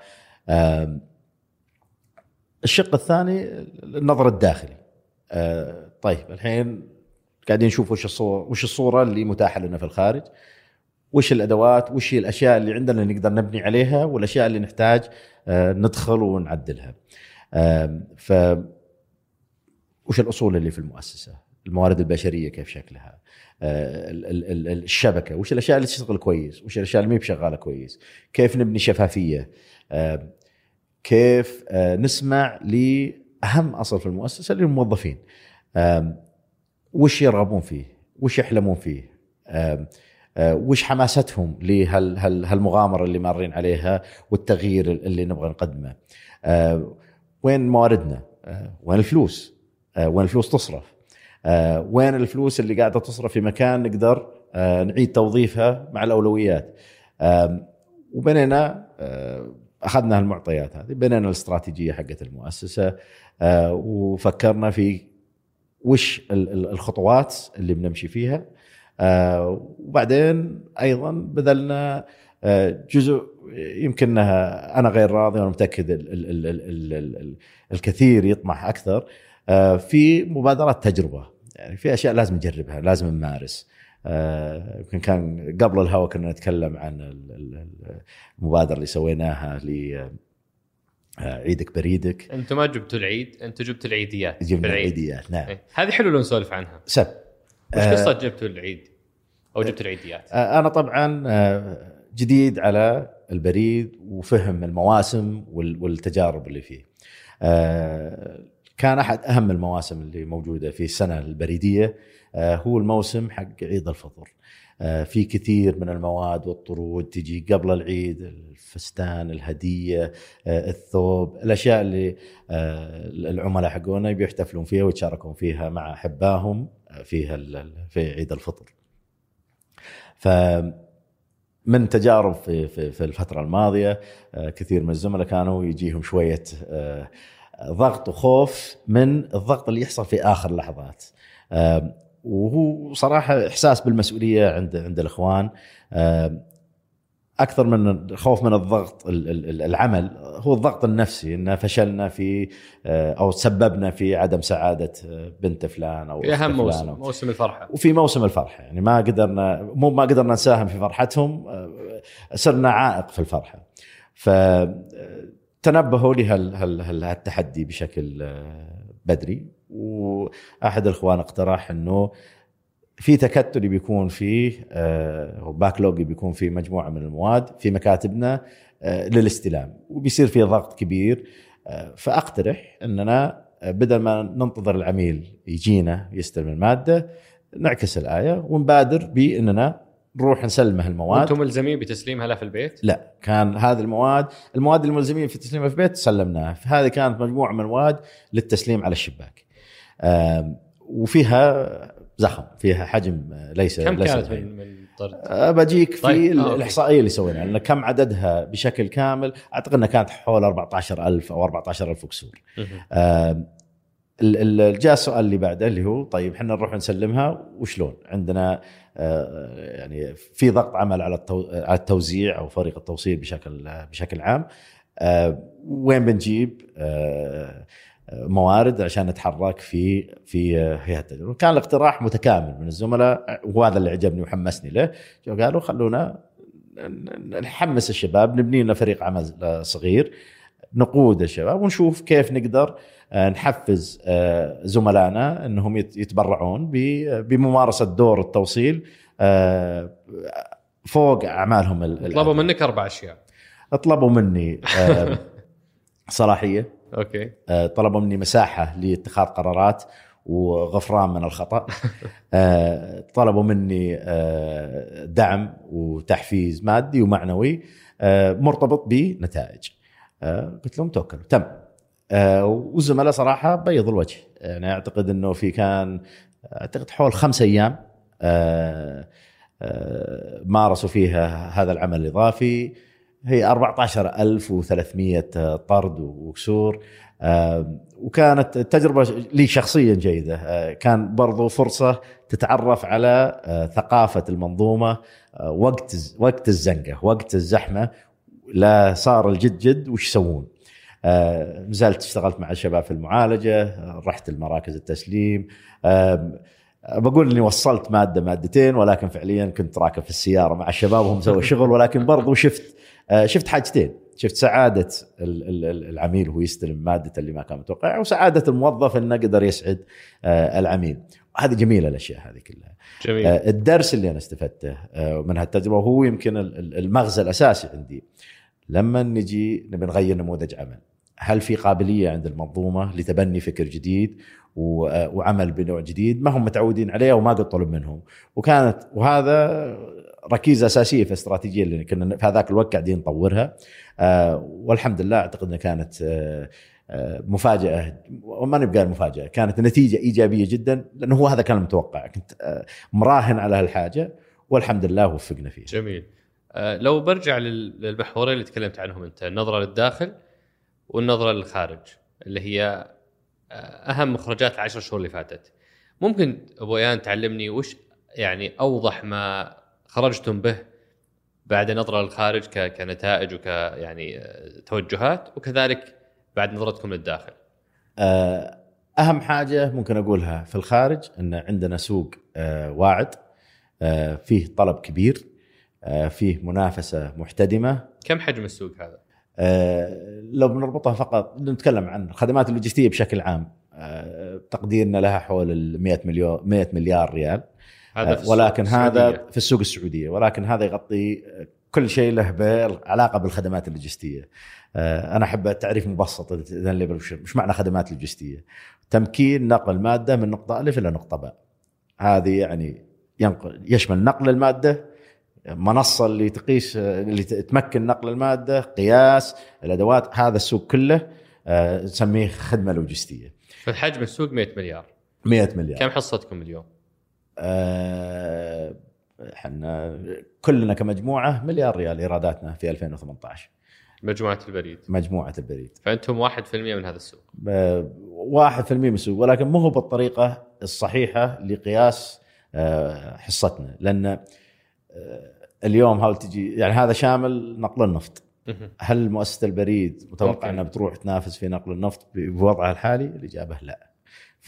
[SPEAKER 3] الشق الثاني النظر الداخلي. آه طيب الحين قاعدين نشوف وش الصورة وش الصورة اللي متاحة لنا في الخارج، وش الأدوات، وش الأشياء اللي عندنا نقدر نبني عليها، والأشياء اللي نحتاج آه ندخل ونعدلها. آه ف وش الأصول اللي في المؤسسة، الموارد البشرية كيف شكلها، آه الشبكة، وش الأشياء اللي تشتغل كويس، وش الأشياء اللي مي بشغالة كويس، كيف نبني شفافية، آه كيف آه نسمع لي أهم أصل في المؤسسة للموظفين، وش يرغبون فيه، وش يحلمون فيه، وش حماستهم لهالمغامرة اللي مارين عليها والتغيير اللي نبغى نقدمه، وين مواردنا، وين الفلوس، وين الفلوس تصرف، وين الفلوس اللي قاعدة تصرف في مكان نقدر نعيد توظيفها مع الأولويات. وبنينا أخذنا المعطيات هذه، بنينا الاستراتيجية حقت المؤسسة، وفكرنا في وش الخطوات اللي بنمشي فيها. وبعدين أيضا بذلنا جزء يمكنها أنا غير راضي وأنا متأكد ال ال ال ال ال ال الكثير يطمح أكثر في مبادرات تجربة. يعني في أشياء لازم نجربها، لازم نمارس. يمكن كان قبل الهوا كنا نتكلم عن المبادرة اللي سويناها لعيدك بريدك.
[SPEAKER 1] أنتم ما جبتوا العيد، أنتم جبتوا العيديات.
[SPEAKER 3] جبنا العيديات، نعم.
[SPEAKER 1] ايه. هذه حلو لو نسولف عنها.
[SPEAKER 3] سب
[SPEAKER 1] وش قصة جبتوا العيد أو جبتوا العيديات؟
[SPEAKER 3] أنا طبعا جديد على البريد وفهم المواسم والتجارب اللي فيه. كان أحد أهم المواسم اللي موجودة في السنة البريدية هو الموسم حق عيد الفطر. في كثير من المواد والطرود تجي قبل العيد، الفستان، الهدية، الثوب، الأشياء اللي العملاء حقونا بيحتفلون فيها ويتشاركون فيها مع أحبائهم فيها في عيد الفطر. فمن تجارب في في الفترة الماضية كثير من الزملاء كانوا يجيهم شوية ضغط وخوف من الضغط اللي يحصل في آخر لحظات، وهو صراحة إحساس بالمسؤولية عند عند الإخوان أكثر من الخوف من الضغط العمل. هو الضغط النفسي إن فشلنا في أو تسببنا في عدم سعادة بنت فلان أو
[SPEAKER 1] في أهم موسم
[SPEAKER 3] أو
[SPEAKER 1] موسم الفرحة،
[SPEAKER 3] وفي موسم الفرحة يعني ما قدرنا مو ما قدرنا نساهم في فرحتهم، صرنا عائق في الفرحة. فتنبهوا لهالتحدي بشكل بدري، وأحد الإخوان اقترح إنه في تكتل بيكون فيه باكلوج بيكون فيه مجموعة من المواد في مكاتبنا للاستلام، وبيصير فيه ضغط كبير. فأقترح أننا بدل ما ننتظر العميل يجينا يستلم المادة نعكس الآية ونبادر بأننا نروح نسلمه المواد.
[SPEAKER 1] أنتم ملزمين بتسليمها لا في البيت؟
[SPEAKER 3] لا، كان هذه المواد المواد الملزمين في تسليمها في البيت سلمناها. هذه كانت مجموعة من المواد للتسليم على الشباك، وفيها زخم، فيها حجم ليس
[SPEAKER 1] كم
[SPEAKER 3] ليس
[SPEAKER 1] كانت من من طرد؟
[SPEAKER 3] بجيك في
[SPEAKER 1] طيب.
[SPEAKER 3] الإحصائية اللي سويناها لأن كم عددها بشكل كامل. أعتقد أنها كانت حول أربعة عشر ألف أو أربعة عشر ألف كسور. جاء السؤال اللي بعده اللي هو طيب إحنا نروح نسلمها وشلون؟ عندنا يعني في ضغط عمل على على التوزيع أو فريق التوصيل بشكل بشكل عام. وين بنجيب موارد عشان نتحرك في في هي التجربة؟ كان الاقتراح متكامل من الزملاء، وهذا اللي عجبني وحمسني له. قالوا خلونا نحمس الشباب، نبني لنا فريق عمل صغير نقود الشباب ونشوف كيف نقدر نحفز زملائنا انهم يتبرعون بممارسة دور التوصيل فوق اعمالهم.
[SPEAKER 1] طلبوا منك اربع اشياء.
[SPEAKER 3] طلبوا مني صلاحية،
[SPEAKER 1] اوكي،
[SPEAKER 3] طلبوا مني مساحة لاتخاذ قرارات وغفران من الخطأ، طلبوا مني دعم وتحفيز مادي ومعنوي مرتبط بنتائج. قلت لهم توكلوا تم. والزملاء صراحة بيض الوجه. يعني أعتقد أنه في كان أعتقد حول خمس أيام مارسوا فيها هذا العمل الإضافي. هي أربعة عشر ألف وثلاثمية طرد وكسور، وكانت التجربة لي شخصيا جيدة. كان برضو فرصة تتعرف على ثقافة المنظومة وقت وقت الزنقة، وقت الزحمة، لا صار الجد جد وش يسوون. نزلت اشتغلت مع الشباب في المعالجة، رحت المراكز التسليم. بقول اني وصلت مادة مادتين، ولكن فعليا كنت راكب في السيارة مع الشباب وهم سووا شغل. ولكن برضو شفت شفت حاجتين، شفت سعادة العميل وهو يستلم مادة اللي ما كان متوقع، وسعادة الموظف انه قدر يسعد العميل. هذه جميلة الاشياء هذه كلها.
[SPEAKER 1] جميل.
[SPEAKER 3] الدرس اللي انا استفدته من هالتجربة وهو يمكن المغزى الاساسي عندي، لما نجي نبي نغير نموذج عمل، هل في قابلية عند المنظومة لتبني فكر جديد وعمل بنوع جديد ما هم متعودين عليه وما قد طلب منهم؟ وكانت وهذا ركيزة أساسية في الاستراتيجية اللي كنا في هذاك الوقت قاعدين نطورها. والحمد لله أعتقد أنها كانت مفاجأة، وما نبقى المفاجأة، كانت نتيجة إيجابية جدا، لأنه هو هذا كان المتوقع. كنت مراهن على هالحاجة والحمد لله وفقنا فيه.
[SPEAKER 1] جميل. أه لو برجع للمحورين اللي تكلمت عنهم أنت، النظرة للداخل والنظرة للخارج اللي هي أهم مخرجات العشر شهور اللي فاتت، ممكن أبو أيان تعلمني وش يعني أوضح ما خرجتم به بعد نظرة للخارج كنتائج وك يعني توجهات، وكذلك بعد نظرتكم للداخل؟
[SPEAKER 3] أهم حاجة ممكن أقولها في الخارج أن عندنا سوق واعد، فيه طلب كبير، فيه منافسة محتدمة.
[SPEAKER 1] كم حجم السوق هذا؟
[SPEAKER 3] لو بنربطها فقط نتكلم عن الخدمات اللوجستية بشكل عام، تقديرنا لها حول المئة مليون مئة مليار ريال، هذا في ولكن هذا في السوق السعودية، ولكن هذا يغطي كل شيء له علاقة بالخدمات اللوجستية. أنا أحب تعريف مبسط إذا مش معنى خدمات لوجستية: تمكين نقل المادة من نقطة ألف إلى نقطة باء. هذه يعني ينقل يشمل نقل المادة، منصة اللي تقيس اللي تمكن نقل المادة، قياس الأدوات، هذا السوق كله نسميه خدمة لوجستية.
[SPEAKER 1] فالحجم السوق مئة مليار.
[SPEAKER 3] مئة مليار.
[SPEAKER 1] كم حصتكم اليوم؟
[SPEAKER 3] أه احنا كلنا كمجموعة مليار ريال إيراداتنا في ألفين وثمانية عشر.
[SPEAKER 1] مجموعة البريد.
[SPEAKER 3] مجموعة البريد.
[SPEAKER 1] فأنتم واحد في المية من هذا السوق.
[SPEAKER 3] واحد في المية من السوق، ولكن مو هو بالطريقة الصحيحة لقياس حصتنا، لأن اليوم هل تجي يعني هذا شامل نقل النفط. هل مؤسسة البريد متوقع أنها بتروح تنافس في نقل النفط بوضعها الحالي؟ الإجابة لا. ف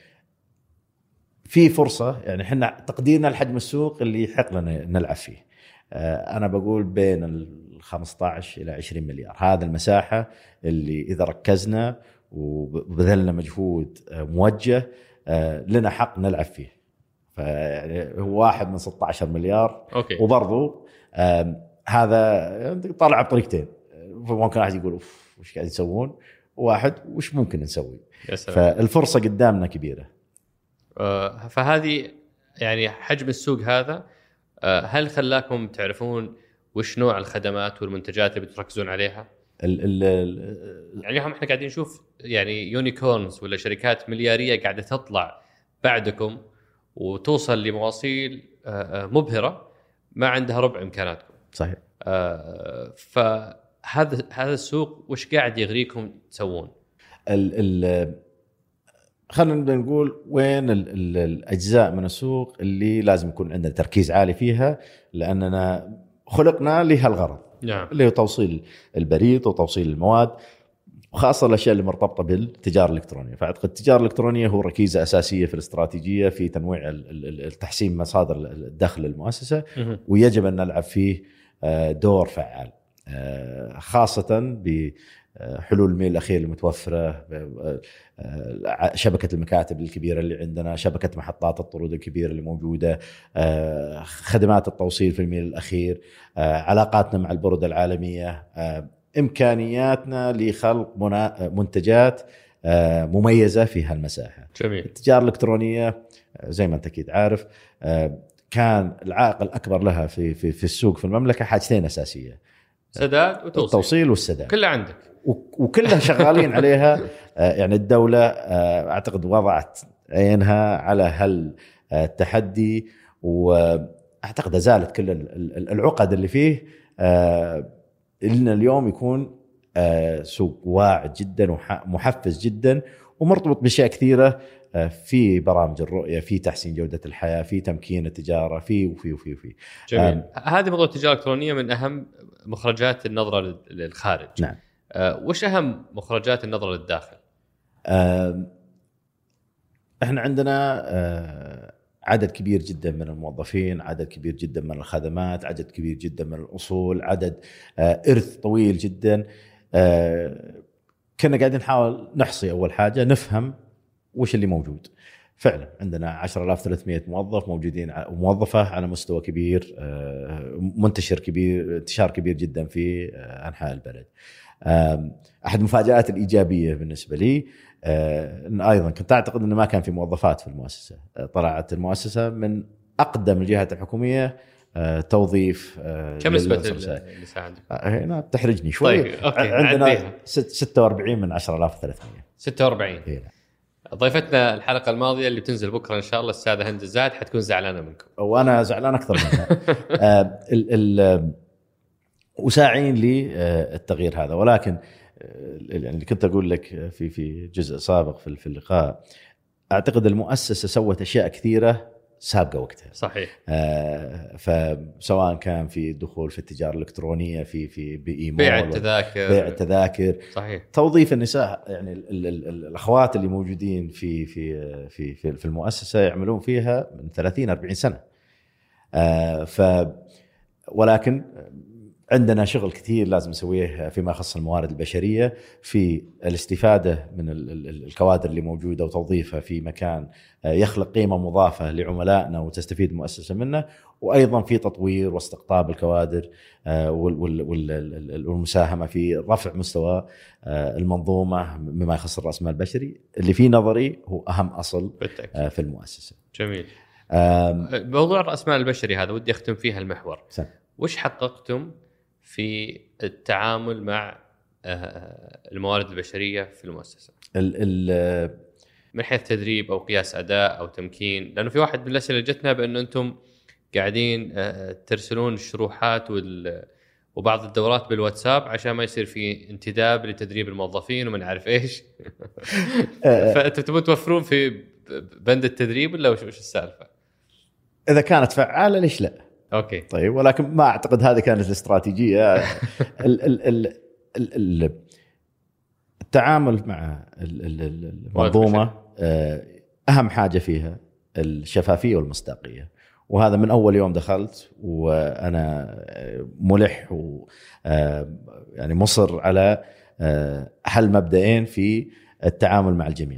[SPEAKER 3] في فرصة، يعني إحنا تقديرنا لحجم السوق اللي يحق لنا نلعب فيه، أنا بقول بين ال خمسة عشر إلى عشرين مليار. هذا المساحة اللي إذا ركزنا وبذلنا مجهود موجه لنا حق نلعب فيه. فيعني هو واحد من ستة عشر مليار.
[SPEAKER 1] أوكي.
[SPEAKER 3] وبرضو هذا طالع بطريقتين، فممكن واحد يقول أوف وش قاعد يسوون، واحد وش ممكن نسوي. فالفرصة قدامنا كبيرة.
[SPEAKER 1] آه فهذه يعني حجم السوق هذا آه هل خلاكم تعرفون وش نوع الخدمات والمنتجات اللي بتركزون عليها؟ ال ال يعني هم احنا قاعدين نشوف يعني يونيكورنز ولا شركات مليارية قاعدة تطلع بعدكم وتوصل لمواصيل آه مبهرة ما عندها ربع إمكاناتكم.
[SPEAKER 3] صحيح.
[SPEAKER 1] آه فهذا هذا السوق وش قاعد يغريكم تسوون؟
[SPEAKER 3] ال ال خلينا نقول وين ال ال الأجزاء من السوق اللي لازم يكون عندنا تركيز عالي فيها، لأننا خلقنا لها الغرض.
[SPEAKER 1] نعم.
[SPEAKER 3] اللي هو توصيل البريد وتوصيل المواد، وخاصة الأشياء اللي مرتبطة بالتجارة الإلكترونية. فأعتقد التجارة الإلكترونية هو ركيزة أساسية في الاستراتيجية في تنويع التحسين مصادر الدخل للمؤسسة، ويجب أن نلعب فيه دور فعال، خاصة بحلول الميل الأخير المتوفرة، شبكة المكاتب الكبيرة اللي عندنا، شبكة محطات الطرود الكبيرة اللي موجودة، خدمات التوصيل في الميل الأخير، علاقاتنا مع البرودة العالمية، إمكانياتنا لخلق منتجات مميزة في هالمساحة.
[SPEAKER 1] جميل.
[SPEAKER 3] التجارة الإلكترونية زي ما أنت أكيد عارف كان العائق الأكبر لها في في في السوق في المملكة حاجتين أساسية:
[SPEAKER 1] سداد وتوصيل.
[SPEAKER 3] التوصيل والسداد.
[SPEAKER 1] كلها عندك
[SPEAKER 3] وكلها شغالين عليها. يعني الدولة أعتقد وضعت عينها على هالتحدي، وأعتقد أزالت كل العقد اللي فيه، إلنا اليوم يكون سوق واعد جدا ومحفز جدا ومرتبط بأشياء كثيرة، في برامج الرؤية، في تحسين جودة الحياة، في تمكين التجارة، في وفي وفي وفي.
[SPEAKER 1] جميل. هذه موضوع التجارة الإلكترونية من أهم مخرجات النظرة للخارج.
[SPEAKER 3] نعم.
[SPEAKER 1] أه وش أهم مخرجات النظرة للداخل؟
[SPEAKER 3] أه احنا عندنا أه عدد كبير جدا من الموظفين، عدد كبير جدا من الخدمات، عدد كبير جدا من الأصول، عدد أه إرث طويل جدا. أه كنا قاعدين نحاول نحصي أول حاجة، نفهم وش اللي موجود. فعلا عندنا عشرة آلاف وثلاثمئة موظف موجودين وموظفة على مستوى كبير، منتشر كبير، انتشار كبير جدا في أنحاء البلد. أحد المفاجآت الإيجابية بالنسبة لي أن أيضا كنت أعتقد أنه ما كان في موظفات في المؤسسة. طلعت المؤسسة من أقدم الجهات الحكومية توظيف.
[SPEAKER 1] كم نسبة النساء عندك؟
[SPEAKER 3] هنا تحرجني شوي.
[SPEAKER 1] طيب.
[SPEAKER 3] عندنا ستة وأربعين من عشرة آلاف وثلاثمئة.
[SPEAKER 1] ستة وأربعين.
[SPEAKER 3] هنا.
[SPEAKER 1] ضيفتنا الحلقة الماضية اللي بتنزل بكرة إن شاء الله السادة هند الزاهد حتكون زعلانة منكم.
[SPEAKER 3] وأنا زعلان أكثر منها. آه ال ال وساعين لي آه التغيير هذا، ولكن آه اللي كنت أقول لك في في جزء سابق في في اللقاء، أعتقد المؤسسة سوت أشياء كثيرة سابقة وقتها.
[SPEAKER 1] صحيح.
[SPEAKER 3] آه فسواء كان في الدخول في التجارة الإلكترونية، في في بإيمول،
[SPEAKER 1] بيع التذاكر،
[SPEAKER 3] بيع التذاكر.
[SPEAKER 1] صحيح.
[SPEAKER 3] توظيف النساء، يعني ال ال ال الأخوات اللي موجودين في في في في, في المؤسسة يعملون فيها من ثلاثين أربعين سنة. آه ف ولكن عندنا شغل كثير لازم نسويه فيما يخص الموارد البشرية، في الاستفادة من الكوادر اللي موجودة وتوظيفها في مكان يخلق قيمة مضافة لعملائنا وتستفيد المؤسسة منه، وأيضا في تطوير واستقطاب الكوادر والمساهمة في رفع مستوى المنظومة مما يخص الرأس المال البشري اللي في نظري هو أهم أصل في المؤسسة.
[SPEAKER 1] جميل. موضوع الرأس المال البشري هذا ودي أختم فيها المحور.
[SPEAKER 3] سن.
[SPEAKER 1] وش حققتم في التعامل مع الموارد البشرية في المؤسسة من حيث تدريب أو قياس أداء أو تمكين؟ لأنه في واحد من الأسئلة جتنا بأنه أنتم قاعدين ترسلون الشروحات وبعض الدورات بالواتساب عشان ما يصير في انتداب لتدريب الموظفين ومن عارف إيش. فأنتم تبون توفرون في بند التدريب ولا وش السالفة؟
[SPEAKER 3] إذا كانت فعالة ليش لا؟
[SPEAKER 1] أوكي.
[SPEAKER 3] طيب، ولكن ما أعتقد هذه كانت الاستراتيجية. ال ال ال ال التعامل مع المنظومة أهم حاجة فيها الشفافية والمصداقية، وهذا من أول يوم دخلت وأنا ملح و يعني مصر على حل مبدئين في التعامل مع الجميع.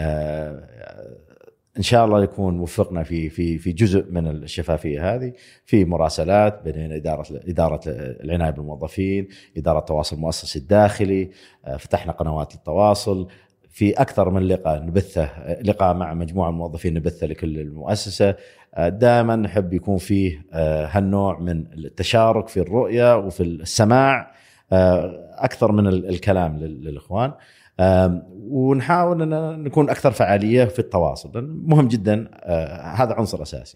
[SPEAKER 3] إن شاء الله يكون وفقنا في في في جزء من الشفافية هذه، في مراسلات بين إدارة إدارة العناية بالموظفين، إدارة التواصل المؤسسي الداخلي، فتحنا قنوات التواصل، في أكثر من لقاء نبثه، لقاء مع مجموعة من الموظفين نبثه لكل المؤسسة. دائما نحب يكون فيه هالنوع من التشارك في الرؤية وفي السماع أكثر من الكلام للإخوان، ونحاول أن نكون أكثر فعالية في التواصل، مهم جدا. هذا عنصر أساسي.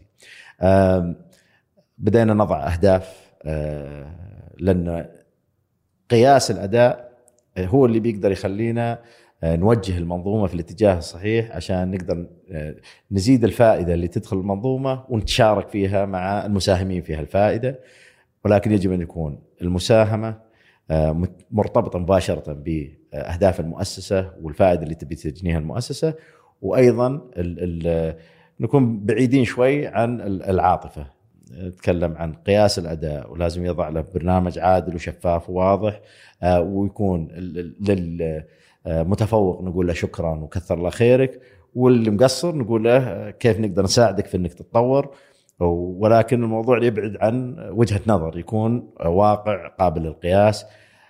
[SPEAKER 3] بدأنا نضع أهداف، لأن قياس الأداء هو اللي بيقدر يخلينا نوجه المنظومة في الاتجاه الصحيح عشان نقدر نزيد الفائدة اللي تدخل المنظومة ونتشارك فيها مع المساهمين فيها الفائدة. ولكن يجب أن يكون المساهمة مرتبطة مباشرة بأهداف المؤسسة والفائدة اللي تبي تجنيها المؤسسة، وأيضا ال ال نكون بعيدين شوي عن العاطفة. نتكلم عن قياس الأداء ولازم يضع له برنامج عادل وشفاف وواضح، ويكون للمتفوق نقول له شكرا وكثر الله خيرك، واللي مقصر نقول له كيف نقدر نساعدك في أنك تتطور. ولكن الموضوع يبعد عن وجهة نظر، يكون واقع قابل للقياس.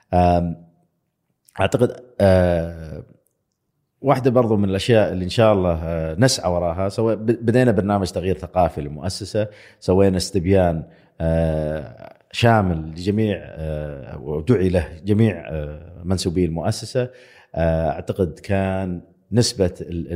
[SPEAKER 3] أعتقد واحدة برضو من الأشياء اللي إن شاء الله نسعى وراها، سوى بدينا برنامج تغيير ثقافي للمؤسسة، سوينا استبيان شامل لجميع ودعي له جميع منسوبي المؤسسة. أعتقد كان نسبة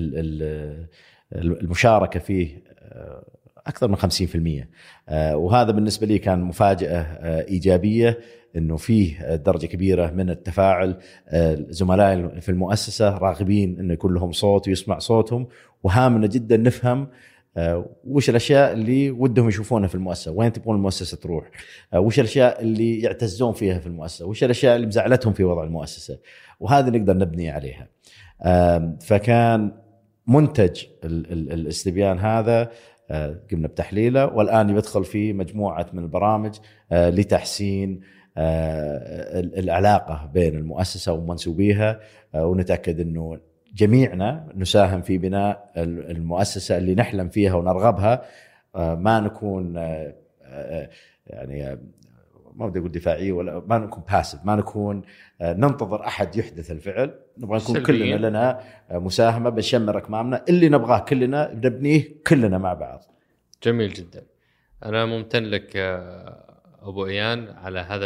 [SPEAKER 3] المشاركة فيه أكثر من خمسين بالمئة، وهذا بالنسبة لي كان مفاجأة إيجابية، إنه فيه درجة كبيرة من التفاعل. زملائي في المؤسسة راغبين إنه يكون لهم صوت ويسمع صوتهم، وهامنا جدا نفهم وش الأشياء اللي ودهم يشوفونها في المؤسسة، وين تبغون المؤسسة تروح، وش الأشياء اللي يعتزون فيها في المؤسسة، وش الأشياء اللي مزعلتهم في وضع المؤسسة، وهذا نقدر نبني عليها. فكان منتج الاستبيان هذا قمنا بتحليله، والآن يدخل في مجموعة من البرامج لتحسين العلاقة بين المؤسسة ومنسوبيها، ونتأكد أنه جميعنا نساهم في بناء المؤسسة اللي نحلم فيها ونرغبها. ما نكون يعني ما بدي أقول دفاعي، ولا ما نكون باسف، ما نكون ننتظر أحد يحدث الفعل. نبغى نكون كلنا لنا مساهمة، بنشمر أكمامنا، اللي نبغاه كلنا نبنيه كلنا مع بعض.
[SPEAKER 1] جميل جدا. أنا ممتن لك أبو إيان على هذا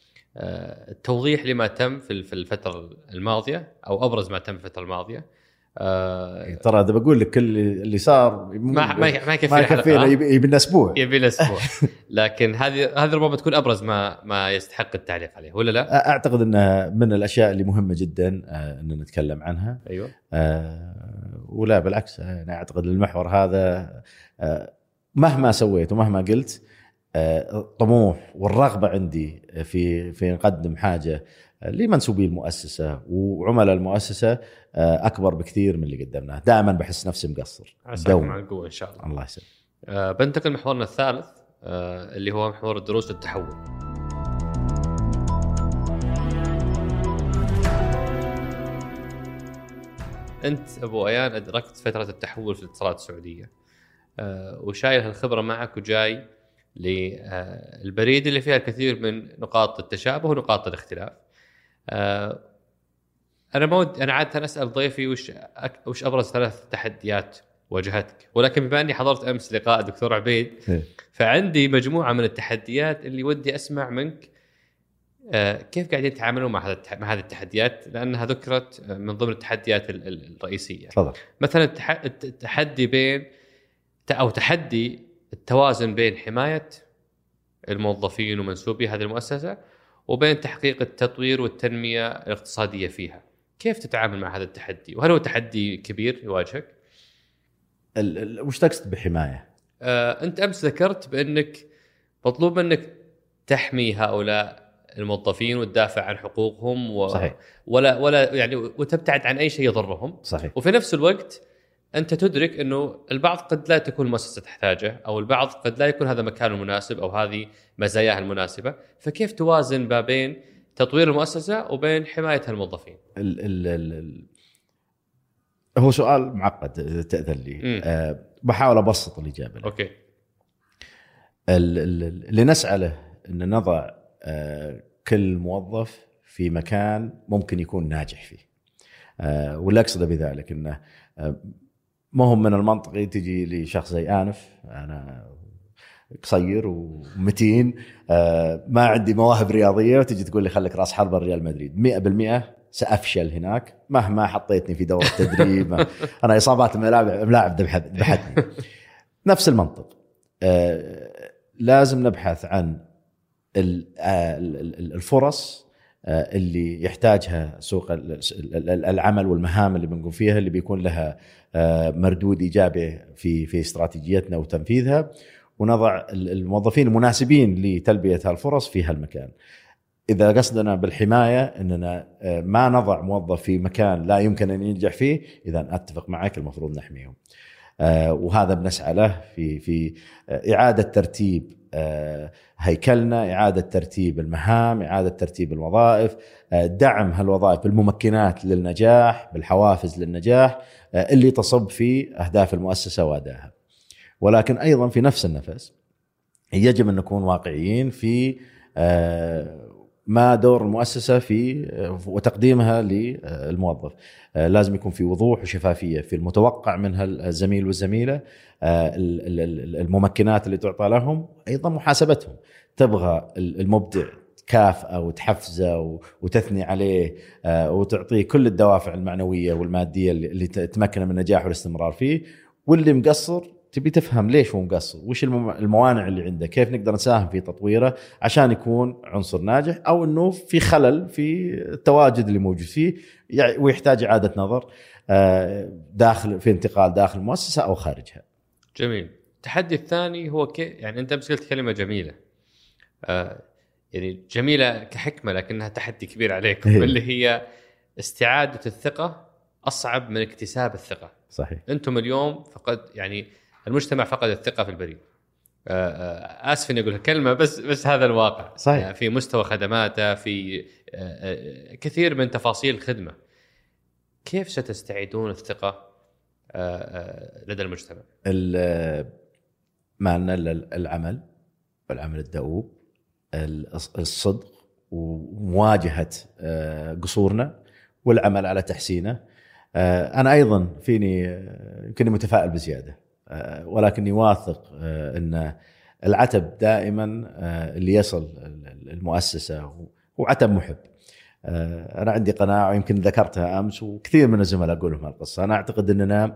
[SPEAKER 1] التوضيح لما تم في الفترة الماضية، أو أبرز ما تم في الفترة الماضية. آه
[SPEAKER 3] ترى هذا بقول لك كل اللي صار
[SPEAKER 1] ما ما ما
[SPEAKER 3] يكفينا يكفينا يبي لنا اسبوع
[SPEAKER 1] يبي لنا اسبوع لكن هذه هذه ربما تكون ابرز ما ما يستحق التعليق عليه ولا لا؟
[SPEAKER 3] اعتقد انها من الاشياء اللي مهمه جدا ان نتكلم عنها.
[SPEAKER 1] ايوه
[SPEAKER 3] آه ولا بالعكس انا اعتقد المحور هذا آه مهما سويت ومهما قلت الطموح والرغبة عندي في في نقدم حاجة لمنسوبي المؤسسة وعملاء المؤسسة أكبر بكثير من اللي قدمناه. دائما بحس نفسي مقصر.
[SPEAKER 1] عساكم مع القوة إن شاء الله.
[SPEAKER 3] الله يسلمك.
[SPEAKER 1] أه بنتقل محورنا الثالث أه اللي هو محور الدروس للتحول. أنت أبو أيان أدركت فترة التحول في الاتصالات السعودية أه وشايل هالخبرة معك وجاي للبريد اللي فيها الكثير من نقاط التشابه ونقاط الاختلاف. أنا مود أنا عادة أسأل ضيفي وش أك... وش أبرز ثلاث تحديات واجهتك، ولكن بما أني حضرت أمس لقاء دكتور عبيد فعندي مجموعة من التحديات اللي ودي أسمع منك كيف قاعدين تتعاملون مع هذا مع هذه التحديات، لأنها ذكرت من ضمن التحديات الرئيسية.
[SPEAKER 3] تفضل.
[SPEAKER 1] مثلا التحدي بين أو تحدي التوازن بين حماية الموظفين ومنسوبي هذه المؤسسة وبين تحقيق التطوير والتنمية الاقتصادية فيها. كيف تتعامل مع هذا التحدي؟ وهل هو تحدي كبير يواجهك؟
[SPEAKER 3] وش تقصد بحماية؟
[SPEAKER 1] آه، أنت أمس ذكرت بأنك مطلوب منك تحمي هؤلاء الموظفين وتدافع عن حقوقهم و...
[SPEAKER 3] صحيح.
[SPEAKER 1] ولا ولا يعني وتبتعد عن أي شيء يضرهم.
[SPEAKER 3] صحيح.
[SPEAKER 1] وفي نفس الوقت أنت تدرك أنه البعض قد لا تكون المؤسسة تحتاجه أو البعض قد لا يكون هذا مكانه المناسب أو هذه مزاياها المناسبة، فكيف توازن ما بين تطوير المؤسسة وبين حماية الموظفين؟
[SPEAKER 3] ال ال ال هو سؤال معقد تأذن لي. أه بحاول أبسط الإجابة له.
[SPEAKER 1] أوكي.
[SPEAKER 3] ال ال اللي نسعى له أن نضع أه كل موظف في مكان ممكن يكون ناجح فيه. أه ولا أقصد بذلك أنه أه ما هم من المنطقي تجي لي شخص زي آنف، أنا قصير ومتين آه ما عندي مواهب رياضية، وتجي تقول لي خليك رأس حربة ريال مدريد، مئة بالمئة سأفشل هناك مهما حطيتني في دورة تدريب. أنا إصابات ملاعب ملاعب بحدني. نفس المنطق. آه لازم نبحث عن الفرص اللي يحتاجها سوق العمل والمهام اللي بنقوم فيها، اللي بيكون لها مردود إيجابي في في استراتيجيتنا وتنفيذها، ونضع الموظفين المناسبين لتلبية هالفرص في هالمكان. إذا قصدنا بالحماية أننا ما نضع موظف في مكان لا يمكن أن ينجح فيه، إذا أتفق معك المفروض نحميهم. وهذا بنسعى له في في إعادة ترتيب هيكلنا، إعادة ترتيب المهام، إعادة ترتيب الوظائف، دعم هالوظائف بالممكنات للنجاح، بالحوافز للنجاح اللي تصب في أهداف المؤسسة وأدائها. ولكن أيضا في نفس النفس يجب أن نكون واقعيين في ما دور المؤسسة في وتقديمها للموظف. لازم يكون في وضوح وشفافية في المتوقع من الزميل والزميلة، الممكنات اللي تعطى لهم، أيضا محاسبتهم. تبغى المبدع كافأة وتحفزه وتثني عليه وتعطيه كل الدوافع المعنوية والمادية اللي تمكنه من النجاح والاستمرار فيه، واللي مقصر تبي تفهم ليش هو مقصر، وش الموانع اللي عنده، كيف نقدر نساهم في تطويره عشان يكون عنصر ناجح، أو أنه في خلل في التواجد اللي موجود فيه ويحتاج إعادة نظر داخل في انتقال داخل المؤسسة أو خارجها.
[SPEAKER 1] جميل. التحدي الثاني هو كي يعني أنت بس قلت كلمة جميلة، آه يعني جميلة كحكمة لكنها تحدي كبير عليكم، اللي هي استعادة الثقة أصعب من اكتساب الثقة.
[SPEAKER 3] صحيح. أنتم
[SPEAKER 1] اليوم فقد يعني المجتمع فقد الثقة في البريد. آسف إني أقول كلمة بس بس هذا الواقع.
[SPEAKER 3] صحيح.
[SPEAKER 1] في مستوى خدماته، في كثير من تفاصيل الخدمة. كيف ستستعيدون الثقة لدى المجتمع؟
[SPEAKER 3] معنا العمل والعمل الدؤوب، الصدق ومواجهة قصورنا والعمل على تحسينه. أنا أيضا فيني يمكن متفائل بزيادة، ولكني واثق أن العتب دائما اللي يصل المؤسسة هو عتب محب. أنا عندي قناعة ويمكن ذكرتها أمس وكثير من الزملاء أقولهم هالقصة. أنا أعتقد أننا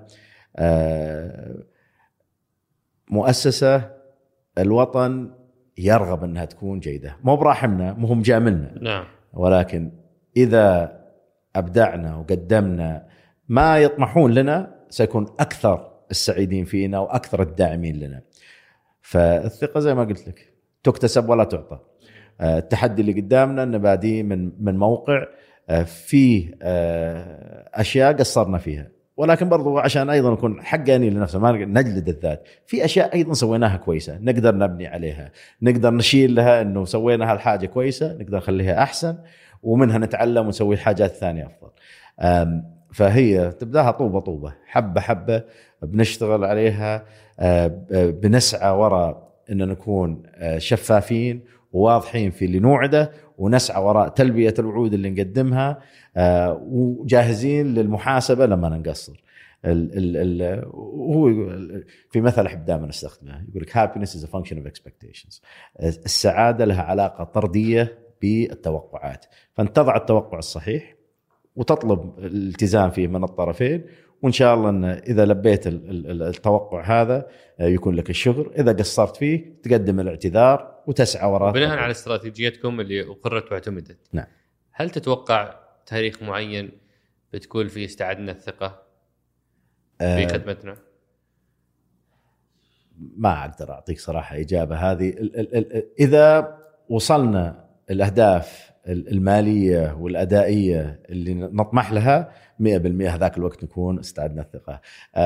[SPEAKER 3] مؤسسة الوطن يرغب أنها تكون جيدة، مو براحمنا مو هم جاملنا،
[SPEAKER 1] نعم.
[SPEAKER 3] ولكن إذا أبدعنا وقدمنا ما يطمحون لنا سيكون أكثر السعيدين فينا وأكثر الداعمين لنا. فالثقة زي ما قلت لك تكتسب ولا تعطى. التحدي اللي قدامنا أنه بادي من من موقع فيه أشياء قصرنا فيها، ولكن برضو عشان أيضا نكون حقاني لنفسنا ما نجلد الذات، في أشياء أيضا سويناها كويسة نقدر نبني عليها، نقدر نشيل لها أنه سوينا هالحاجة كويسة نقدر نخليها أحسن ومنها نتعلم ونسوي حاجات ثانية أفضل. فهي تبداها طوبة طوبة حبة حبة بنشتغل عليها، بنسعى وراء أن نكون شفافين وواضحين في اللي نوعده، ونسعى وراء تلبية الوعود اللي نقدمها، وجاهزين للمحاسبة لما نقصر. ال ال هو في مثل أحب دائما استخدمه يقول لك happiness is a function of expectations. السعادة لها علاقة طردية بالتوقعات، فأنت تضع التوقع الصحيح وتطلب الالتزام فيه من الطرفين، وإن شاء الله أن إذا لبيت التوقع هذا يكون لك الشغل، إذا قصرت فيه تقدم الاعتذار وتسعى وراء
[SPEAKER 1] بناء على استراتيجيتكم اللي أقرت واعتمدت.
[SPEAKER 3] نعم.
[SPEAKER 1] هل تتوقع تاريخ معين بتقول فيه استعدنا الثقة في
[SPEAKER 3] أه
[SPEAKER 1] خدمتنا؟
[SPEAKER 3] ما أقدر أعطيك صراحة إجابة هذه. إذا وصلنا الأهداف المالية والأدائية اللي نطمح لها مئة بالمئة هذاك الوقت نكون استعدنا الثقة.